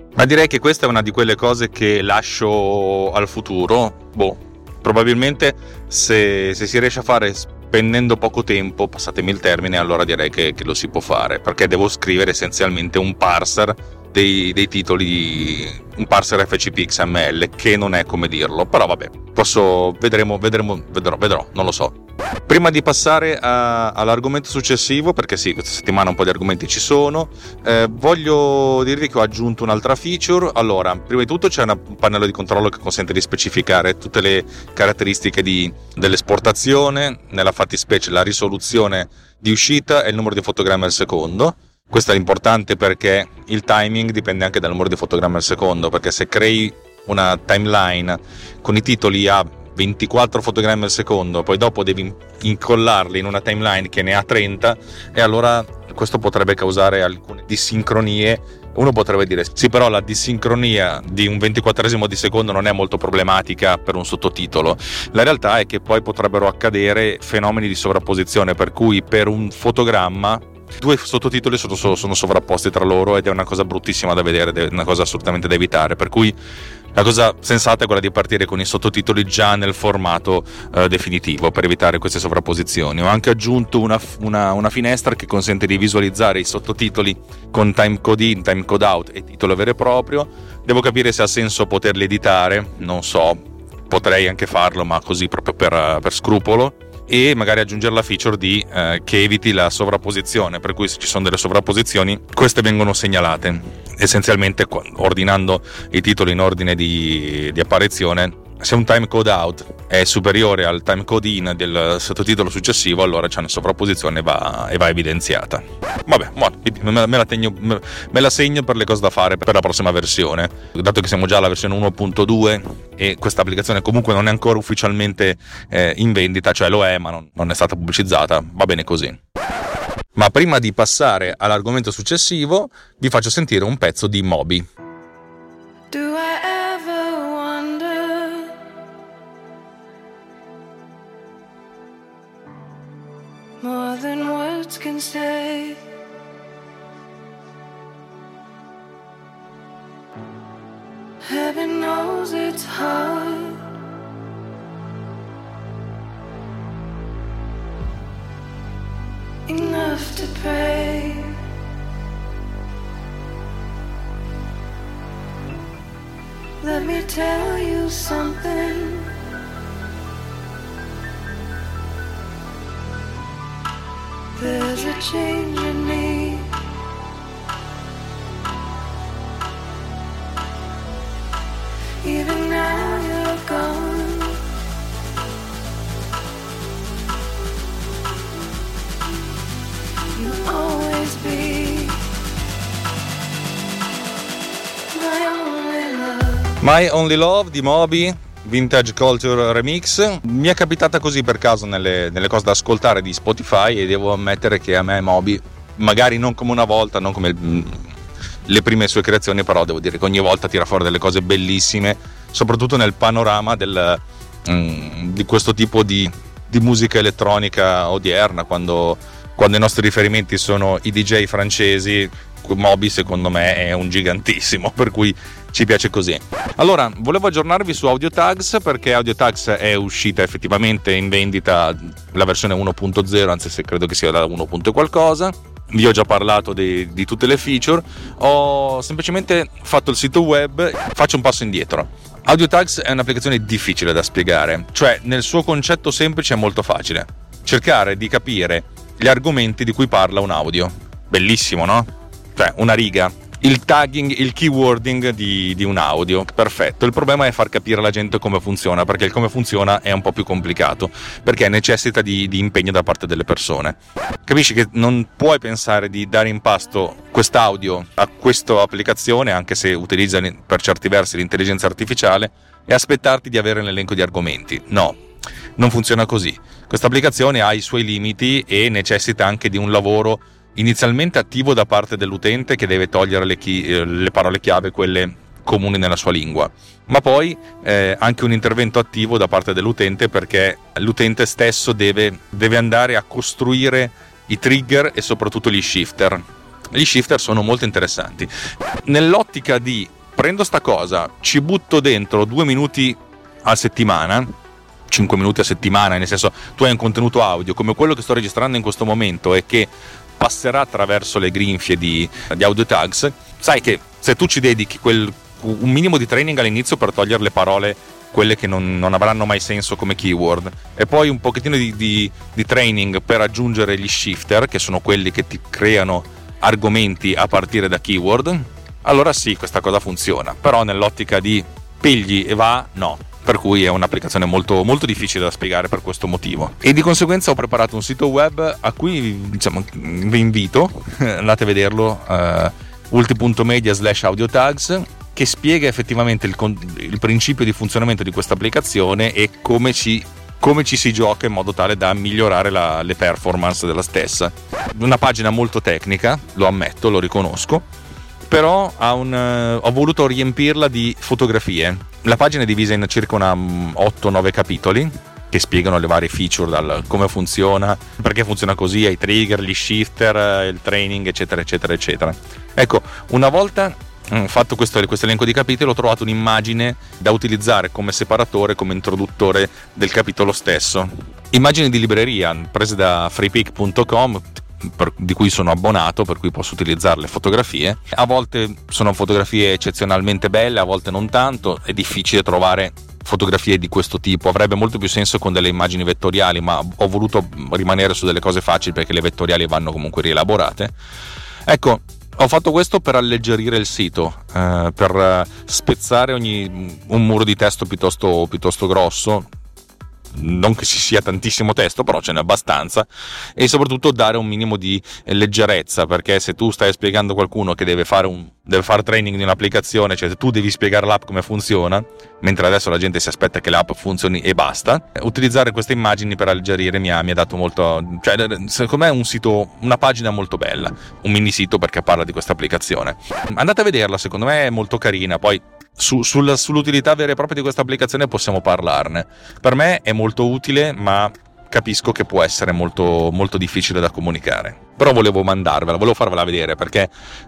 Ma direi che questa è una di quelle cose che lascio al futuro. Boh, probabilmente se, se si riesce a fare spendendo poco tempo, passatemi il termine, allora direi che, che lo si può fare, perché devo scrivere essenzialmente un parser dei, dei titoli, un parser F C P X M L, che non è come dirlo, però vabbè, posso, vedremo, vedremo, vedrò, vedrò, non lo so. Prima di passare a, all'argomento successivo, perché sì, questa settimana un po' di argomenti ci sono, eh, voglio dirvi che ho aggiunto un'altra feature. Allora, prima di tutto c'è una, un pannello di controllo che consente di specificare tutte le caratteristiche di, dell'esportazione, nella fattispecie la risoluzione di uscita e il numero di fotogrammi al secondo. Questo è importante perché il timing dipende anche dal numero di fotogrammi al secondo, perché se crei una timeline con i titoli a ventiquattro fotogrammi al secondo, poi dopo devi incollarli in una timeline che ne ha trenta, e allora questo potrebbe causare alcune dissincronie. Uno potrebbe dire sì, però la dissincronia di un ventiquattresimo di secondo non è molto problematica per un sottotitolo. La realtà è che poi potrebbero accadere fenomeni di sovrapposizione, per cui per un fotogramma due sottotitoli sono, sono sovrapposti tra loro, ed è una cosa bruttissima da vedere, è una cosa assolutamente da evitare, per cui la cosa sensata è quella di partire con i sottotitoli già nel formato eh, definitivo, per evitare queste sovrapposizioni. Ho anche aggiunto una, una, una finestra che consente di visualizzare i sottotitoli con timecode in, timecode out e titolo vero e proprio. Devo capire se ha senso poterli editare, non so, potrei anche farlo, ma così proprio per, per scrupolo, e magari aggiungere la feature di eh, che eviti la sovrapposizione, per cui se ci sono delle sovrapposizioni queste vengono segnalate essenzialmente ordinando i titoli in ordine di, di apparizione. Se un timecode out è superiore al timecode in del sottotitolo successivo, allora c'è una sovrapposizione e va, e va evidenziata. Vabbè, me la, tegno, me la segno per le cose da fare per la prossima versione, dato che siamo già alla versione uno punto due e questa applicazione comunque non è ancora ufficialmente eh, in vendita, cioè lo è ma non, non è stata pubblicizzata, va bene così. Ma prima di passare all'argomento successivo vi faccio sentire un pezzo di Moby. Do I ever wonder more than words can say? Heaven knows it's hard. Enough to pray. Let me tell you something. There's a change in me. Even now you're gone. You'll always be my only love. My Only Love di Moby, Vintage Culture Remix. Mi è capitata così per caso nelle, nelle cose da ascoltare di Spotify, e devo ammettere che a me Moby, magari non come una volta, non come il, le prime sue creazioni, però devo dire che ogni volta tira fuori delle cose bellissime, soprattutto nel panorama del, mm, di questo tipo di, di musica elettronica odierna, quando, quando i nostri riferimenti sono i D J francesi. Moby secondo me è un gigantissimo, per cui ci piace così. Allora, volevo aggiornarvi su AudioTags, perché AudioTags è uscita effettivamente in vendita la versione uno punto zero, anzi se credo che sia la uno. qualcosa. Vi ho già parlato di, di tutte le feature, ho semplicemente fatto il sito web. Faccio un passo indietro. AudioTags è un'applicazione difficile da spiegare, cioè nel suo concetto semplice è molto facile cercare di capire gli argomenti di cui parla un audio. Bellissimo, no? Cioè una riga, il tagging, il keywording di, di un audio, perfetto. Il problema è far capire alla gente come funziona, perché il come funziona è un po' più complicato, perché necessita di, di impegno da parte delle persone. Capisci che non puoi pensare di dare in pasto quest'audio a questa applicazione, anche se utilizza per certi versi l'intelligenza artificiale, e aspettarti di avere l'elenco di argomenti. No, non funziona così. Questa applicazione ha i suoi limiti e necessita anche di un lavoro inizialmente attivo da parte dell'utente, che deve togliere le, chi- le parole chiave, quelle comuni nella sua lingua, ma poi eh, anche un intervento attivo da parte dell'utente, perché l'utente stesso deve, deve andare a costruire i trigger e soprattutto gli shifter. Gli shifter sono molto interessanti nell'ottica di prendo sta cosa, ci butto dentro due minuti a settimana, cinque minuti a settimana, nel senso, tu hai un contenuto audio come quello che sto registrando in questo momento e che passerà attraverso le grinfie di, di Audio Tags, sai che se tu ci dedichi quel, un minimo di training all'inizio per togliere le parole, quelle che non, non avranno mai senso come keyword, e poi un pochettino di, di, di training per aggiungere gli shifter, che sono quelli che ti creano argomenti a partire da keyword, allora sì, questa cosa funziona. Però nell'ottica di pigli e va, no. Per cui è un'applicazione molto, molto difficile da spiegare per questo motivo. E di conseguenza ho preparato un sito web a cui, diciamo, vi invito, andate a vederlo, uh, ulti.media slash audiotags, che spiega effettivamente il, il principio di funzionamento di questa applicazione e come ci, come ci si gioca in modo tale da migliorare la, le performance della stessa. Una pagina molto tecnica, lo ammetto, lo riconosco, però ha un, uh, ho voluto riempirla di fotografie. La pagina è divisa in circa una otto nove capitoli che spiegano le varie feature, dal come funziona, perché funziona così, ai trigger, gli shifter, il training, eccetera eccetera eccetera. Ecco, una volta fatto questo, questo elenco di capitoli, ho trovato un'immagine da utilizzare come separatore, come introduttore del capitolo stesso. Immagini di libreria prese da freepik punto com, per, di cui sono abbonato, per cui posso utilizzare le fotografie. A volte sono fotografie eccezionalmente belle, a volte non tanto. È difficile trovare fotografie di questo tipo, avrebbe molto più senso con delle immagini vettoriali, ma ho voluto rimanere su delle cose facili perché le vettoriali vanno comunque rielaborate. Ecco, ho fatto questo per alleggerire il sito, eh, per spezzare ogni, un muro di testo piuttosto, piuttosto grosso. Non che ci sia tantissimo testo, però ce n'è abbastanza, e soprattutto dare un minimo di leggerezza, perché se tu stai spiegando a qualcuno che deve fare un deve fare training di un'applicazione, cioè se tu devi spiegare l'app come funziona, mentre adesso la gente si aspetta che l'app funzioni e basta, utilizzare queste immagini per alleggerire mi ha, mi ha dato molto, cioè secondo me è un sito, una pagina molto bella, un mini sito perché parla di questa applicazione. Andate a vederla, secondo me è molto carina. Poi Su, sulla, sull'utilità vera e propria di questa applicazione possiamo parlarne. Per me è molto utile, ma capisco che può essere molto, molto difficile da comunicare. Però volevo mandarvela, volevo farvela vedere perché,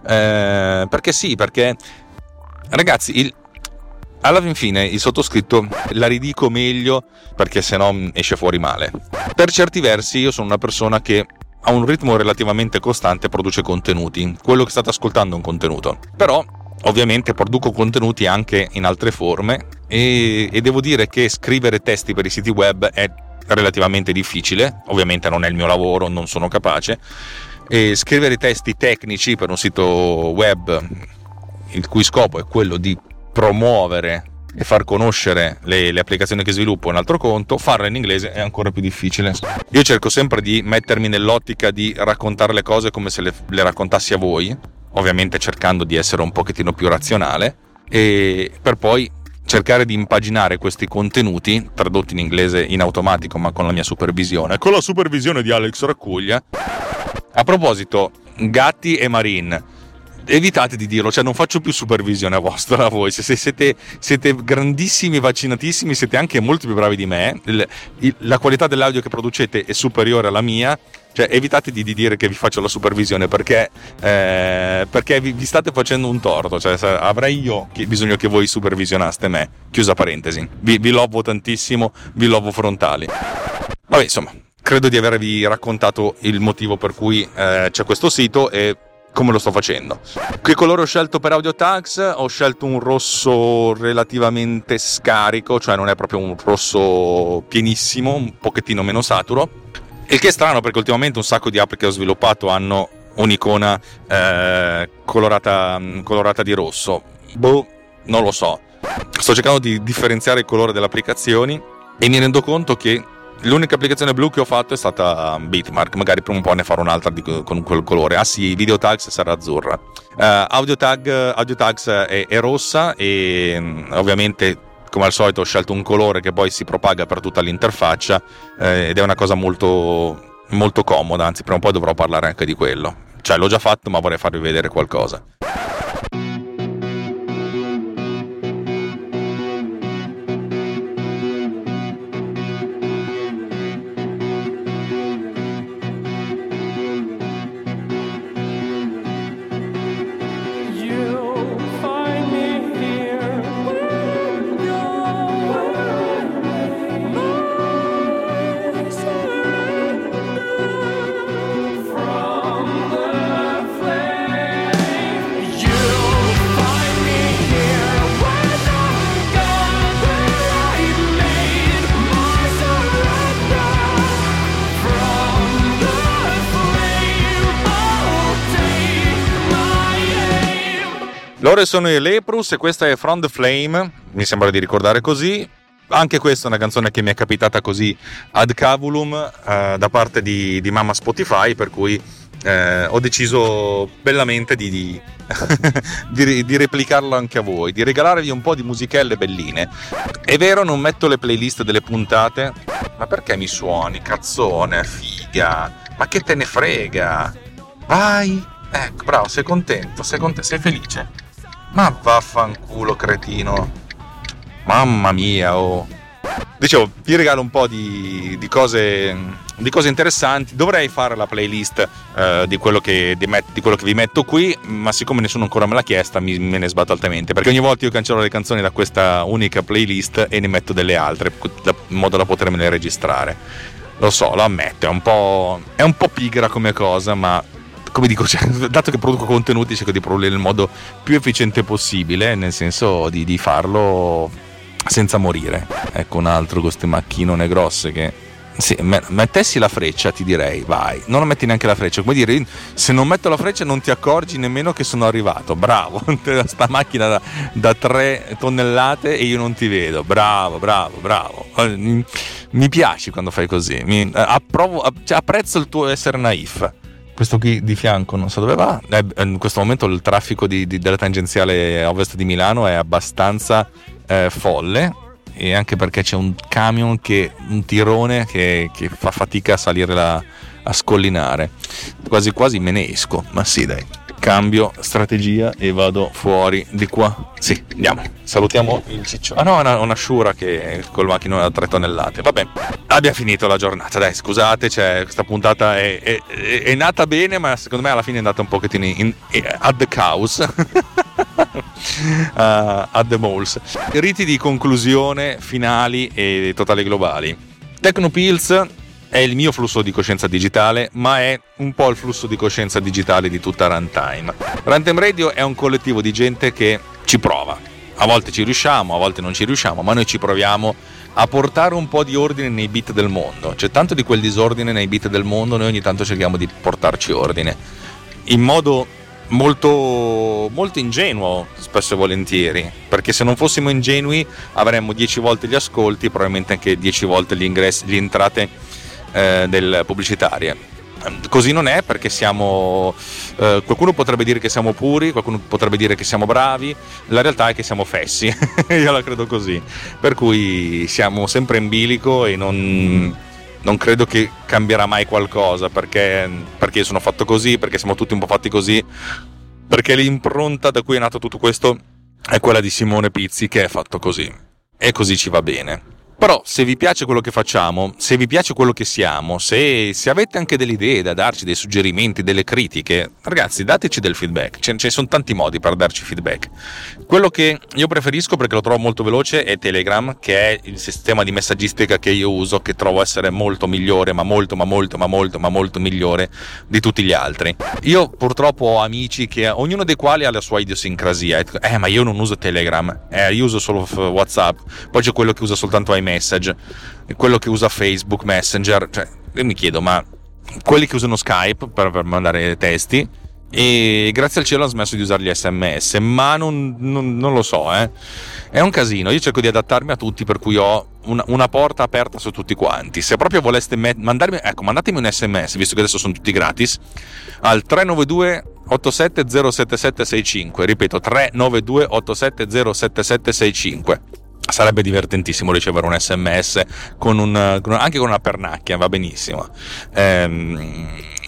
eh, perché sì, perché ragazzi, il, alla fin fine il sottoscritto la ridico meglio perché sennò esce fuori male. Per certi versi io sono una persona che a un ritmo relativamente costante produce contenuti. Quello che state ascoltando è un contenuto, però ovviamente produco contenuti anche in altre forme e, e devo dire che scrivere testi per i siti web è relativamente difficile. Ovviamente non è il mio lavoro, non sono capace, e scrivere testi tecnici per un sito web il cui scopo è quello di promuovere e far conoscere le, le applicazioni che sviluppo è un altro conto. Farlo in inglese è ancora più difficile. Io cerco sempre di mettermi nell'ottica di raccontare le cose come se le, le raccontassi a voi, ovviamente cercando di essere un pochettino più razionale, e per poi cercare di impaginare questi contenuti tradotti in inglese in automatico, ma con la mia supervisione, con la supervisione di Alex Raccuglia. A proposito, gatti e Marin, evitate di dirlo, cioè non faccio più supervisione a vostra, a voi, se, se siete, siete grandissimi, vaccinatissimi, siete anche molto più bravi di me, il, il, la qualità dell'audio che producete è superiore alla mia, cioè evitate di, di dire che vi faccio la supervisione, perché, eh, perché vi, vi state facendo un torto. Cioè avrei io che, bisogno che voi supervisionaste me, chiusa parentesi. Vi, vi lovo tantissimo, vi lovo frontali. Vabbè, insomma, credo di avervi raccontato il motivo per cui eh, c'è questo sito e come lo sto facendo. Che colore ho scelto per Audio Tags? Ho scelto un rosso relativamente scarico, cioè non è proprio un rosso pienissimo, un pochettino meno saturo. Il che è strano perché ultimamente un sacco di app che ho sviluppato hanno un'icona eh, colorata, colorata di rosso. Boh, non lo so. Sto cercando di differenziare il colore delle applicazioni e mi rendo conto che l'unica applicazione blu che ho fatto è stata Bitmark. Magari per un po' ne farò un'altra di, con quel colore. Ah sì, Video Tags sarà azzurra. Uh, Audio Tag, Audio Tags è, è rossa e ovviamente, come al solito, ho scelto un colore che poi si propaga per tutta l'interfaccia eh, ed è una cosa molto, molto comoda, anzi prima o poi dovrò parlare anche di quello. Cioè l'ho già fatto, ma vorrei farvi vedere qualcosa. You'll find me Loro sono i Leprous e questa è From the Flame, mi sembra di ricordare così. Anche questa è una canzone che mi è capitata così ad cavulum eh, da parte di, di mamma Spotify, per cui eh, ho deciso bellamente di, di, di, di replicarlo anche a voi, di regalarvi un po' di musichelle belline. È vero, non metto le playlist delle puntate, ma perché mi suoni, cazzone, figa, ma che te ne frega? Vai, ecco, bravo, sei contento, sei contento, sei felice. Ma vaffanculo, cretino. Mamma mia, oh. Dicevo, vi regalo un po' di, di cose di cose interessanti. Dovrei fare la playlist eh, di, quello che, di, met, di quello che vi metto qui, ma siccome nessuno ancora me l'ha chiesta, mi, me ne sbatto altamente, perché ogni volta io cancello le canzoni da questa unica playlist e ne metto delle altre, in modo da potermele registrare. Lo so, lo ammetto, è un po', è un po' pigra come cosa, ma come dico, cioè, dato che produco contenuti, cerco di produrli nel modo più efficiente possibile, nel senso di, di farlo senza morire. Ecco un altro con queste macchinone grosse che sì, mettessi la freccia ti direi vai, non lo metti neanche la freccia, come dire, se non metto la freccia non ti accorgi nemmeno che sono arrivato, bravo, sta macchina da, da tre tonnellate e io non ti vedo, bravo bravo bravo, mi piaci quando fai così, mi approvo, cioè, apprezzo il tuo essere naif. Questo qui di fianco non so dove va, in questo momento il traffico di, di, della tangenziale ovest di Milano è abbastanza eh, folle, e anche perché c'è un camion che un tirone che, che fa fatica a salire la, a scollinare, quasi quasi me ne esco, ma sì dai, cambio strategia e vado fuori di qua. Sì, andiamo, salutiamo il ciccio. Ah no, una, una Shura che col macchinone da tre tonnellate. Vabbè, abbia finito la giornata, dai, scusate, cioè, questa puntata è, è, è nata bene, ma secondo me alla fine è andata un pochettino in, in, at the cows. uh, at the malls. Riti di conclusione finali e totali globali. Technopills è il mio flusso di coscienza digitale, ma è un po' il flusso di coscienza digitale di tutta Runtime. Runtime Radio è un collettivo di gente che ci prova. A volte ci riusciamo, a volte non ci riusciamo, ma noi ci proviamo a portare un po' di ordine nei beat del mondo. C'è tanto di quel disordine nei beat del mondo, noi ogni tanto cerchiamo di portarci ordine. In modo molto, molto ingenuo, spesso e volentieri, perché se non fossimo ingenui avremmo dieci volte gli ascolti, probabilmente anche dieci volte gli ingressi, le entrate eh, del pubblicitarie. Così non è, perché siamo eh, qualcuno potrebbe dire che siamo puri, qualcuno potrebbe dire che siamo bravi, la realtà è che siamo fessi. Io la credo così, per cui siamo sempre in bilico e non, non credo che cambierà mai qualcosa, perché, perché io sono fatto così, perché siamo tutti un po' fatti così, perché l'impronta da cui è nato tutto questo è quella di Simone Pizzi, che è fatto così e così ci va bene. Però se vi piace quello che facciamo, se vi piace quello che siamo, se, se avete anche delle idee da darci, dei suggerimenti, delle critiche, ragazzi, dateci del feedback. Ce ne sono tanti modi per darci feedback. Quello che io preferisco, perché lo trovo molto veloce, è Telegram, che è il sistema di messaggistica che io uso, che trovo essere molto migliore, ma molto, ma molto, ma molto, ma molto migliore di tutti gli altri. Io purtroppo ho amici che, ognuno dei quali ha la sua idiosincrasia. Eh, ma io non uso Telegram, eh, io uso solo WhatsApp, poi c'è quello che usa soltanto iMessage, quello che usa Facebook Messenger, cioè io mi chiedo, ma quelli che usano Skype per, per mandare testi, e grazie al cielo hanno smesso di usare gli sms, ma non, non, non lo so, eh. È un casino. Io cerco di adattarmi a tutti, per cui ho una, una porta aperta su tutti quanti. Se proprio voleste me- mandarmi, ecco, mandatemi un sms, visto che adesso sono tutti gratis, al tre nove due otto sette zero sette sette sei cinque, ripeto, tre nove due otto sette zero sette sette sei cinque. Sarebbe divertentissimo ricevere un sms con un, con, anche con una pernacchia, va benissimo. Ehm,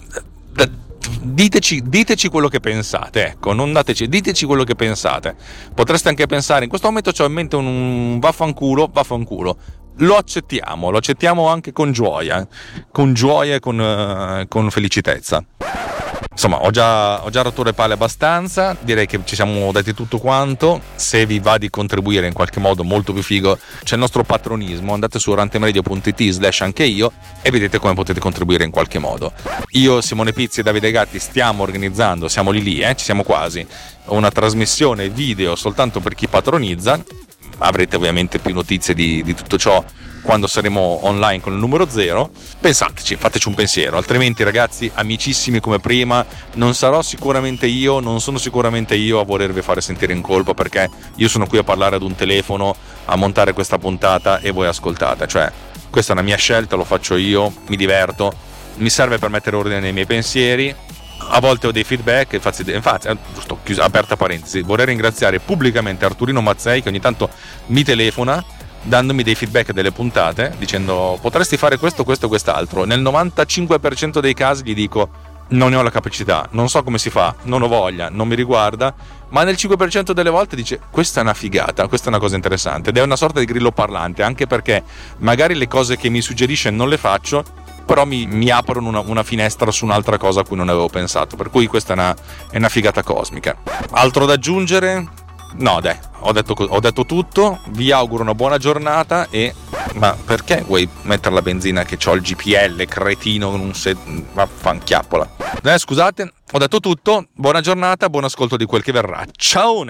diteci, diteci quello che pensate, ecco, non dateci, diteci quello che pensate. Potreste anche pensare, in questo momento ho in mente un, un vaffanculo, vaffanculo. Lo accettiamo, lo accettiamo anche con gioia, con gioia e con, uh, con felicitezza. Insomma, ho già, ho già rotto le palle abbastanza, direi che ci siamo detti tutto quanto. Se vi va di contribuire in qualche modo molto più figo, c'è il nostro patronismo, andate su rantemradio punto it slash anche io e vedete come potete contribuire in qualche modo. Io, Simone Pizzi e Davide Gatti stiamo organizzando, siamo lì lì, eh, ci siamo quasi, una trasmissione video soltanto per chi patronizza. Avrete ovviamente più notizie di, di tutto ciò quando saremo online con il numero zero, pensateci, fateci un pensiero, altrimenti ragazzi, amicissimi come prima, non sarò sicuramente io, non sono sicuramente io a volervi fare sentire in colpa, perché io sono qui a parlare ad un telefono, a montare questa puntata e voi ascoltate, cioè questa è una mia scelta, lo faccio io, mi diverto, mi serve per mettere ordine nei miei pensieri. A volte ho dei feedback, infatti, infatti giusto, chiusa, aperta parentesi, vorrei ringraziare pubblicamente Arturino Mazzei che ogni tanto mi telefona dandomi dei feedback delle puntate dicendo potresti fare questo, questo, quest'altro. Nel novantacinque per cento dei casi gli dico non ne ho la capacità, non so come si fa, non ho voglia, non mi riguarda, ma nel cinque per cento delle volte dice questa è una figata, questa è una cosa interessante, ed è una sorta di grillo parlante, anche perché magari le cose che mi suggerisce non le faccio, però mi, mi aprono una, una finestra su un'altra cosa a cui non avevo pensato, per cui questa è una, è una figata cosmica. Altro da aggiungere? No dai, ho detto, ho detto tutto, vi auguro una buona giornata e... ma perché vuoi mettere la benzina che c'ho il G P L, cretino, non se... vaffanchiappola. Eh, scusate, ho detto tutto, buona giornata, buon ascolto di quel che verrà, ciaone!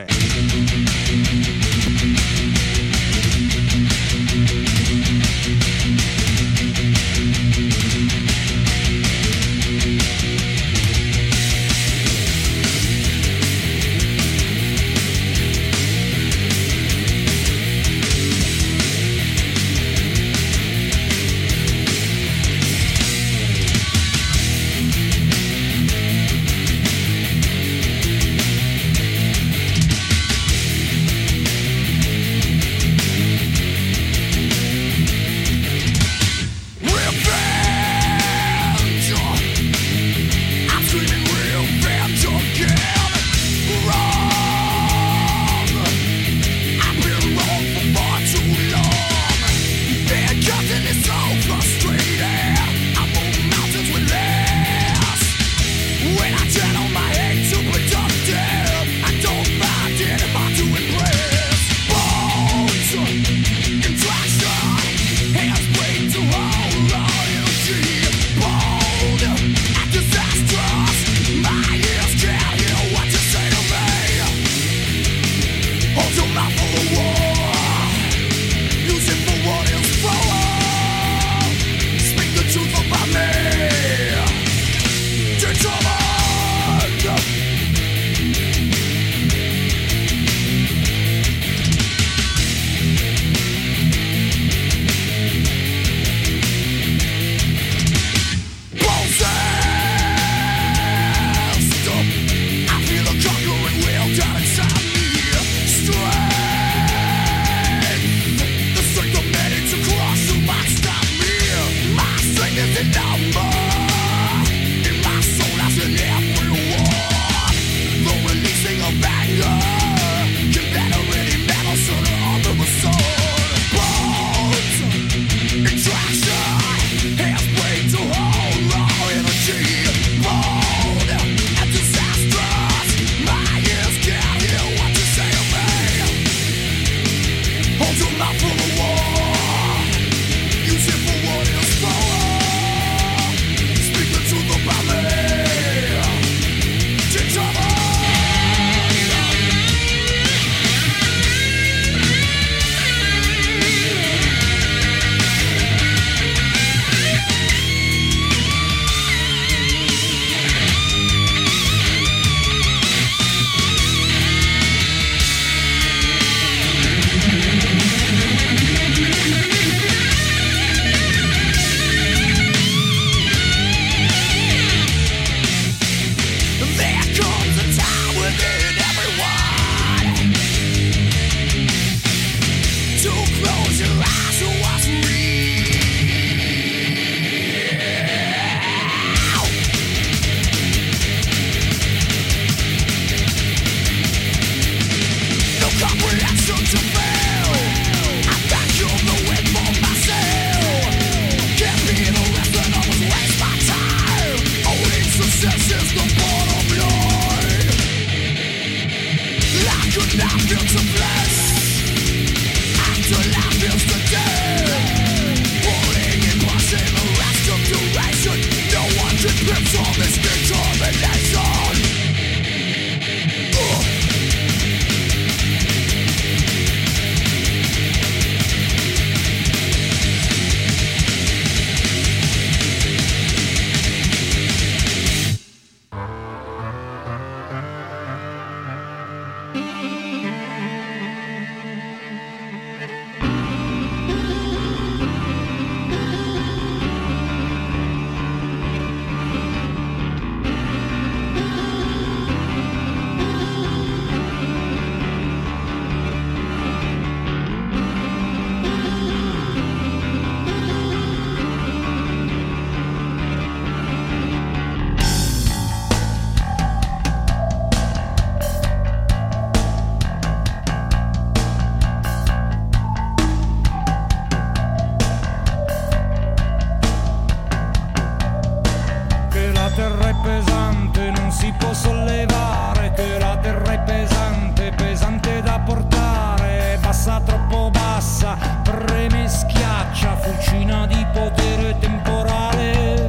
terra è pesante, pesante da portare, bassa troppo bassa, preme e schiaccia, fucina di potere temporale.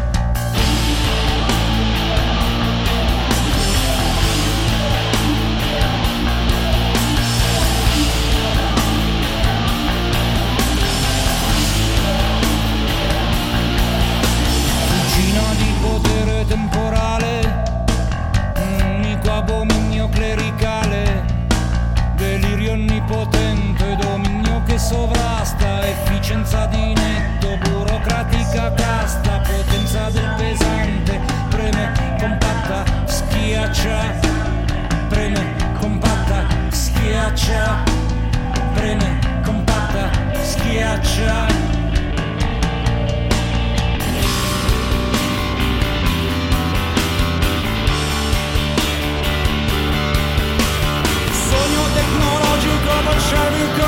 Di potere temporale, un unico abominio clericale, delirio onnipotente, dominio che sovrasta, efficienza di netto, burocratica casta, potenza del pesante, preme, compatta, schiaccia, preme, compatta, schiaccia, preme, compatta, schiaccia. Tecnologico, bolscevico,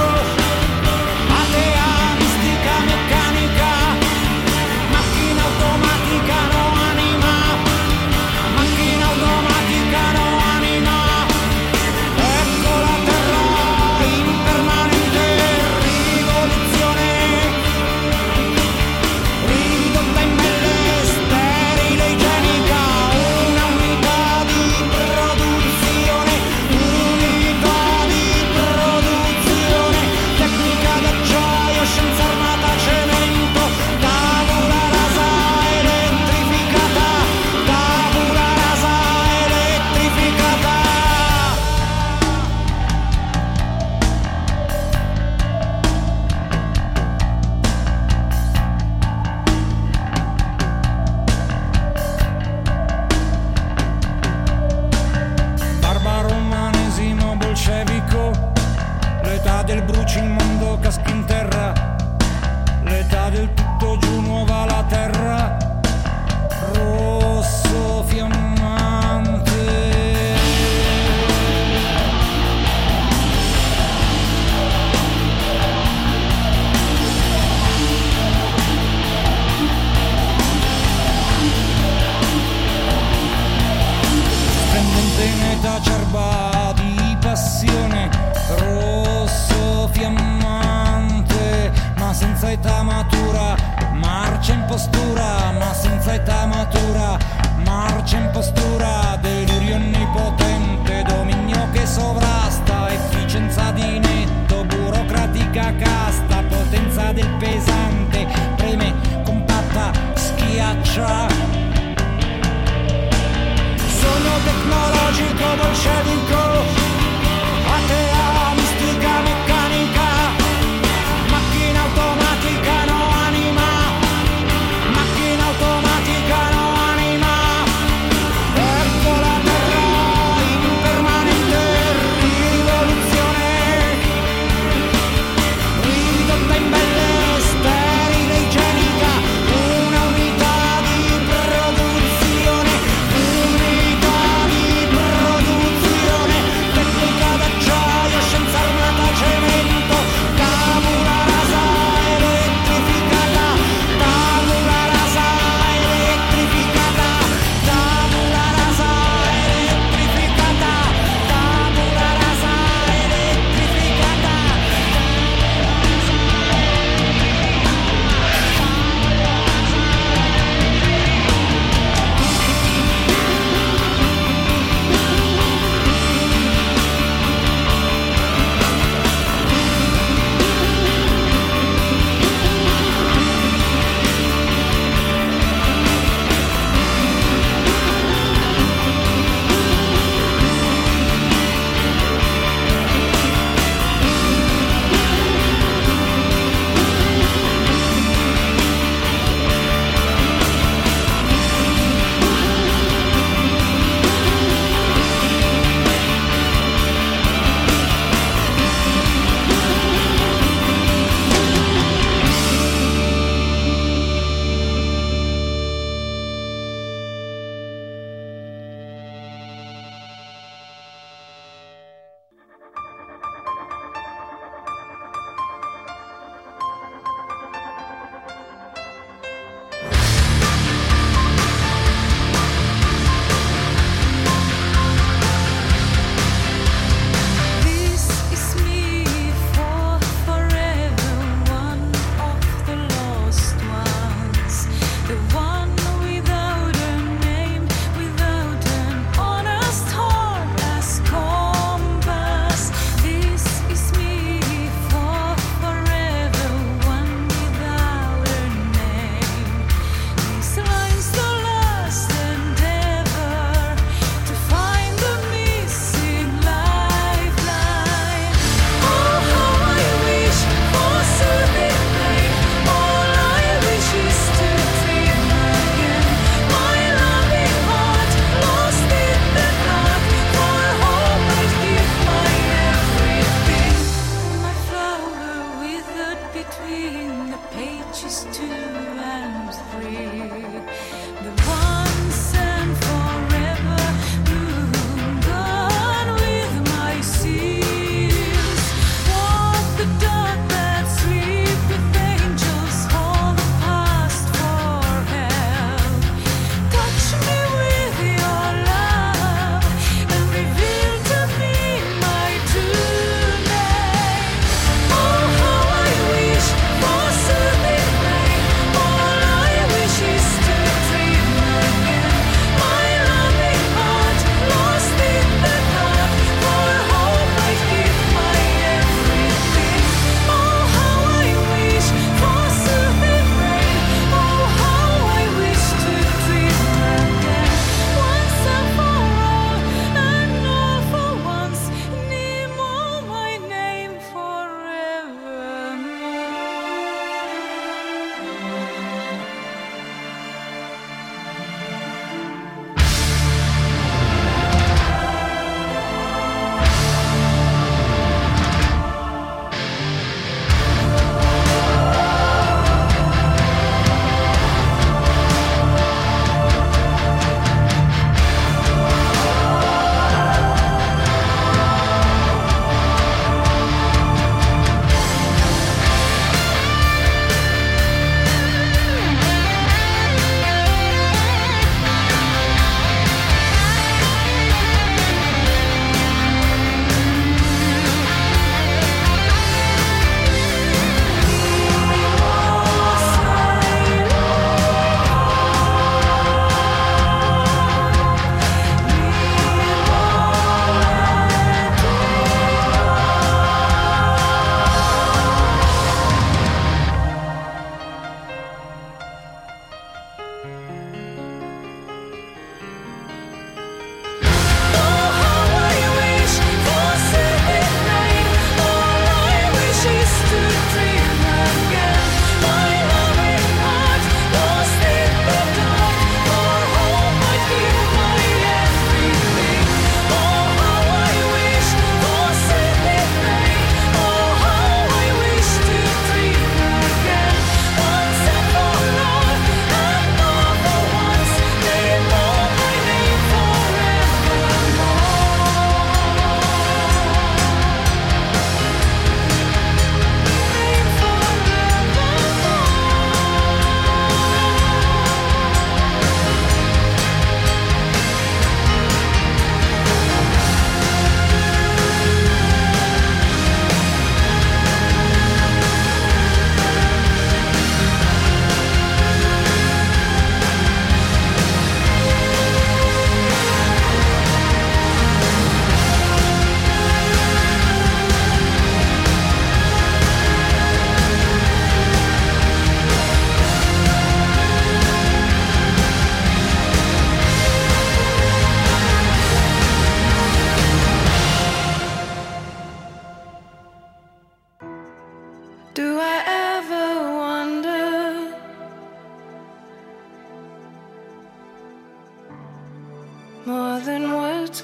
atea, mistica, meccanica, macchina automatica, no anima, macchina automatica, no anima, ecco la terra impermanente, rivoluzione, ridotta in pelle sterile igienica, una unità di produzione, unità tecnica d'acciaio, scienza armata, cemento, tabula rasa elettrificata, tabula rasa elettrificata. Barbaromanesimo bolscevico, l'età del bruci, il mondo casca in terra, l'età del tutto giù, nuova la terra, rosso fiammante. Splendente in età acerba di passione, rosso fiammante.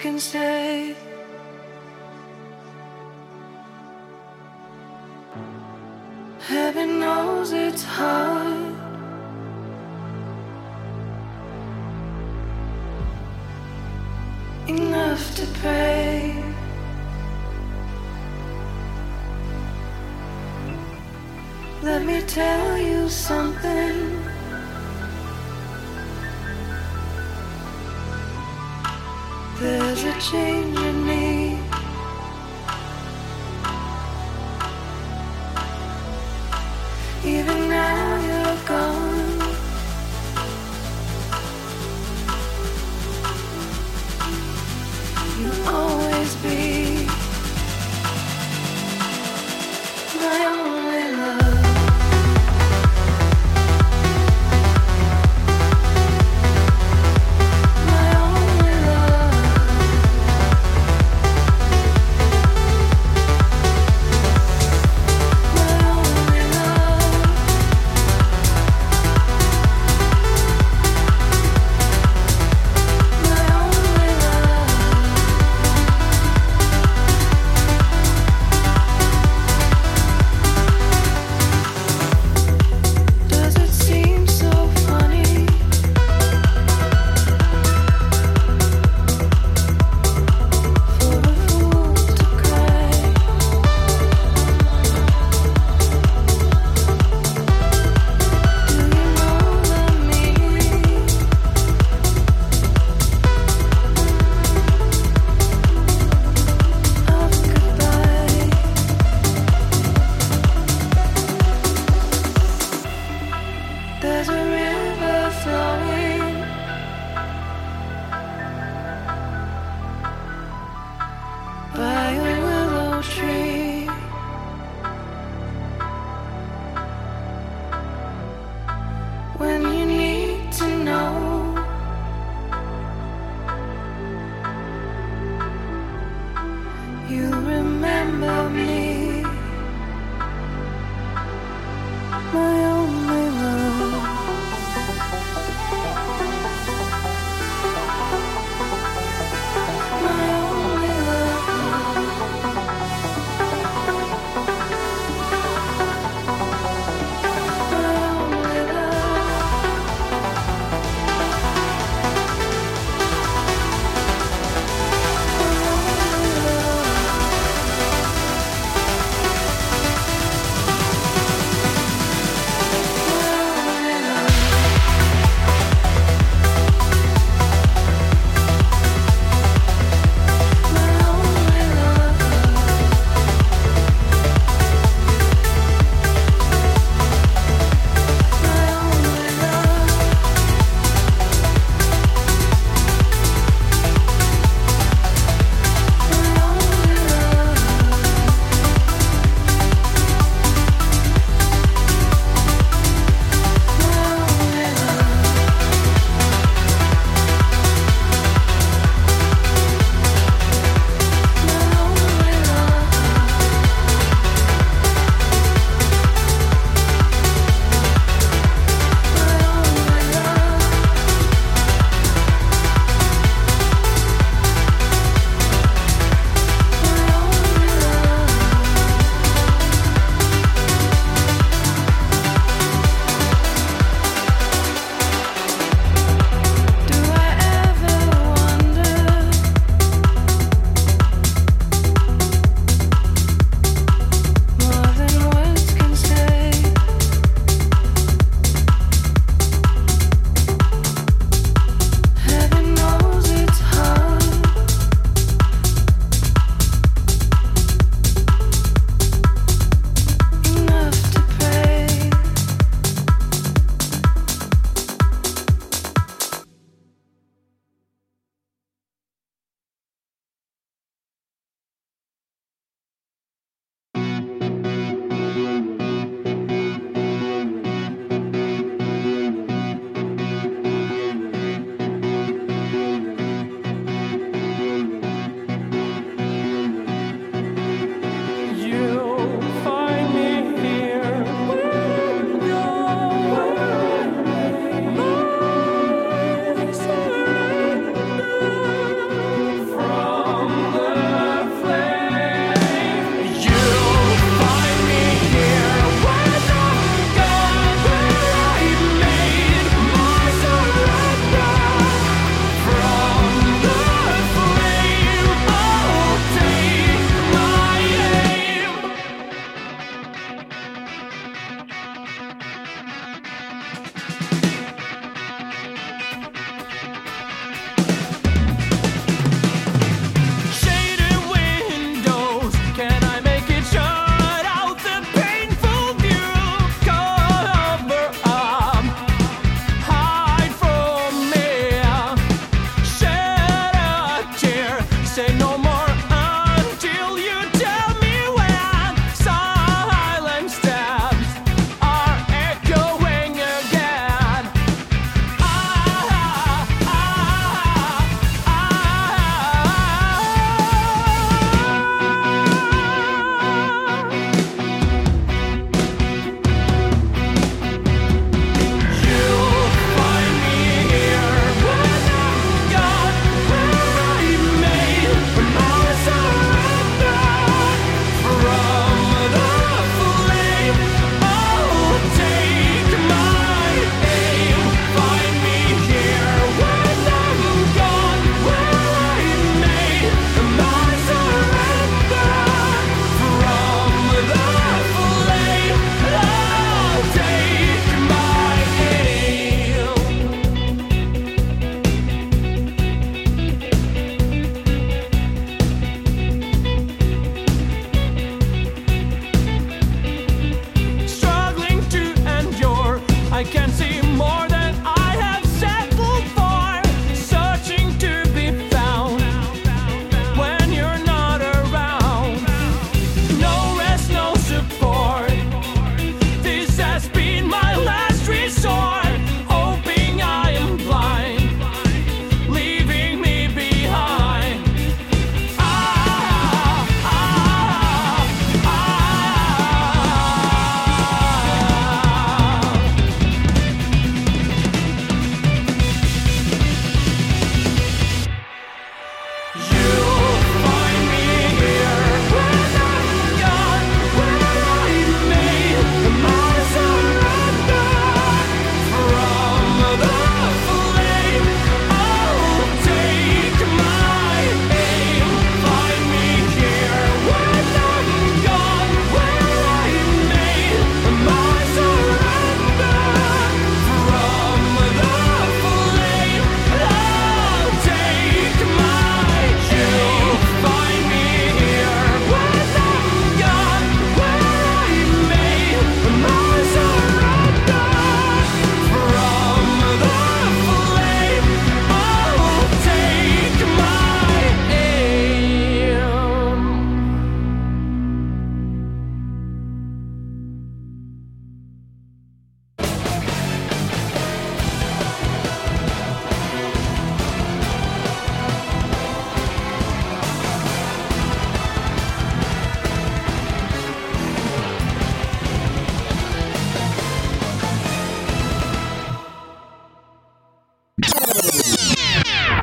can say. Heaven knows it's hard. Enough to pray. Let me tell you something. There's a change in me. Even now you're gone. You'll always be my only love.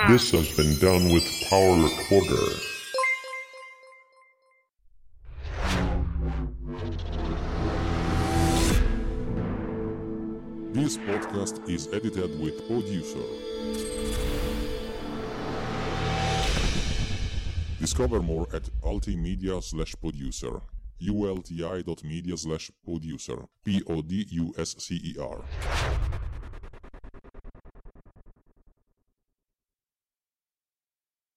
This has been done with Power Recorder. This podcast is edited with Producer. Discover more at ultimedia slash producer. ulti dot media slash producer. P O D U S C E R.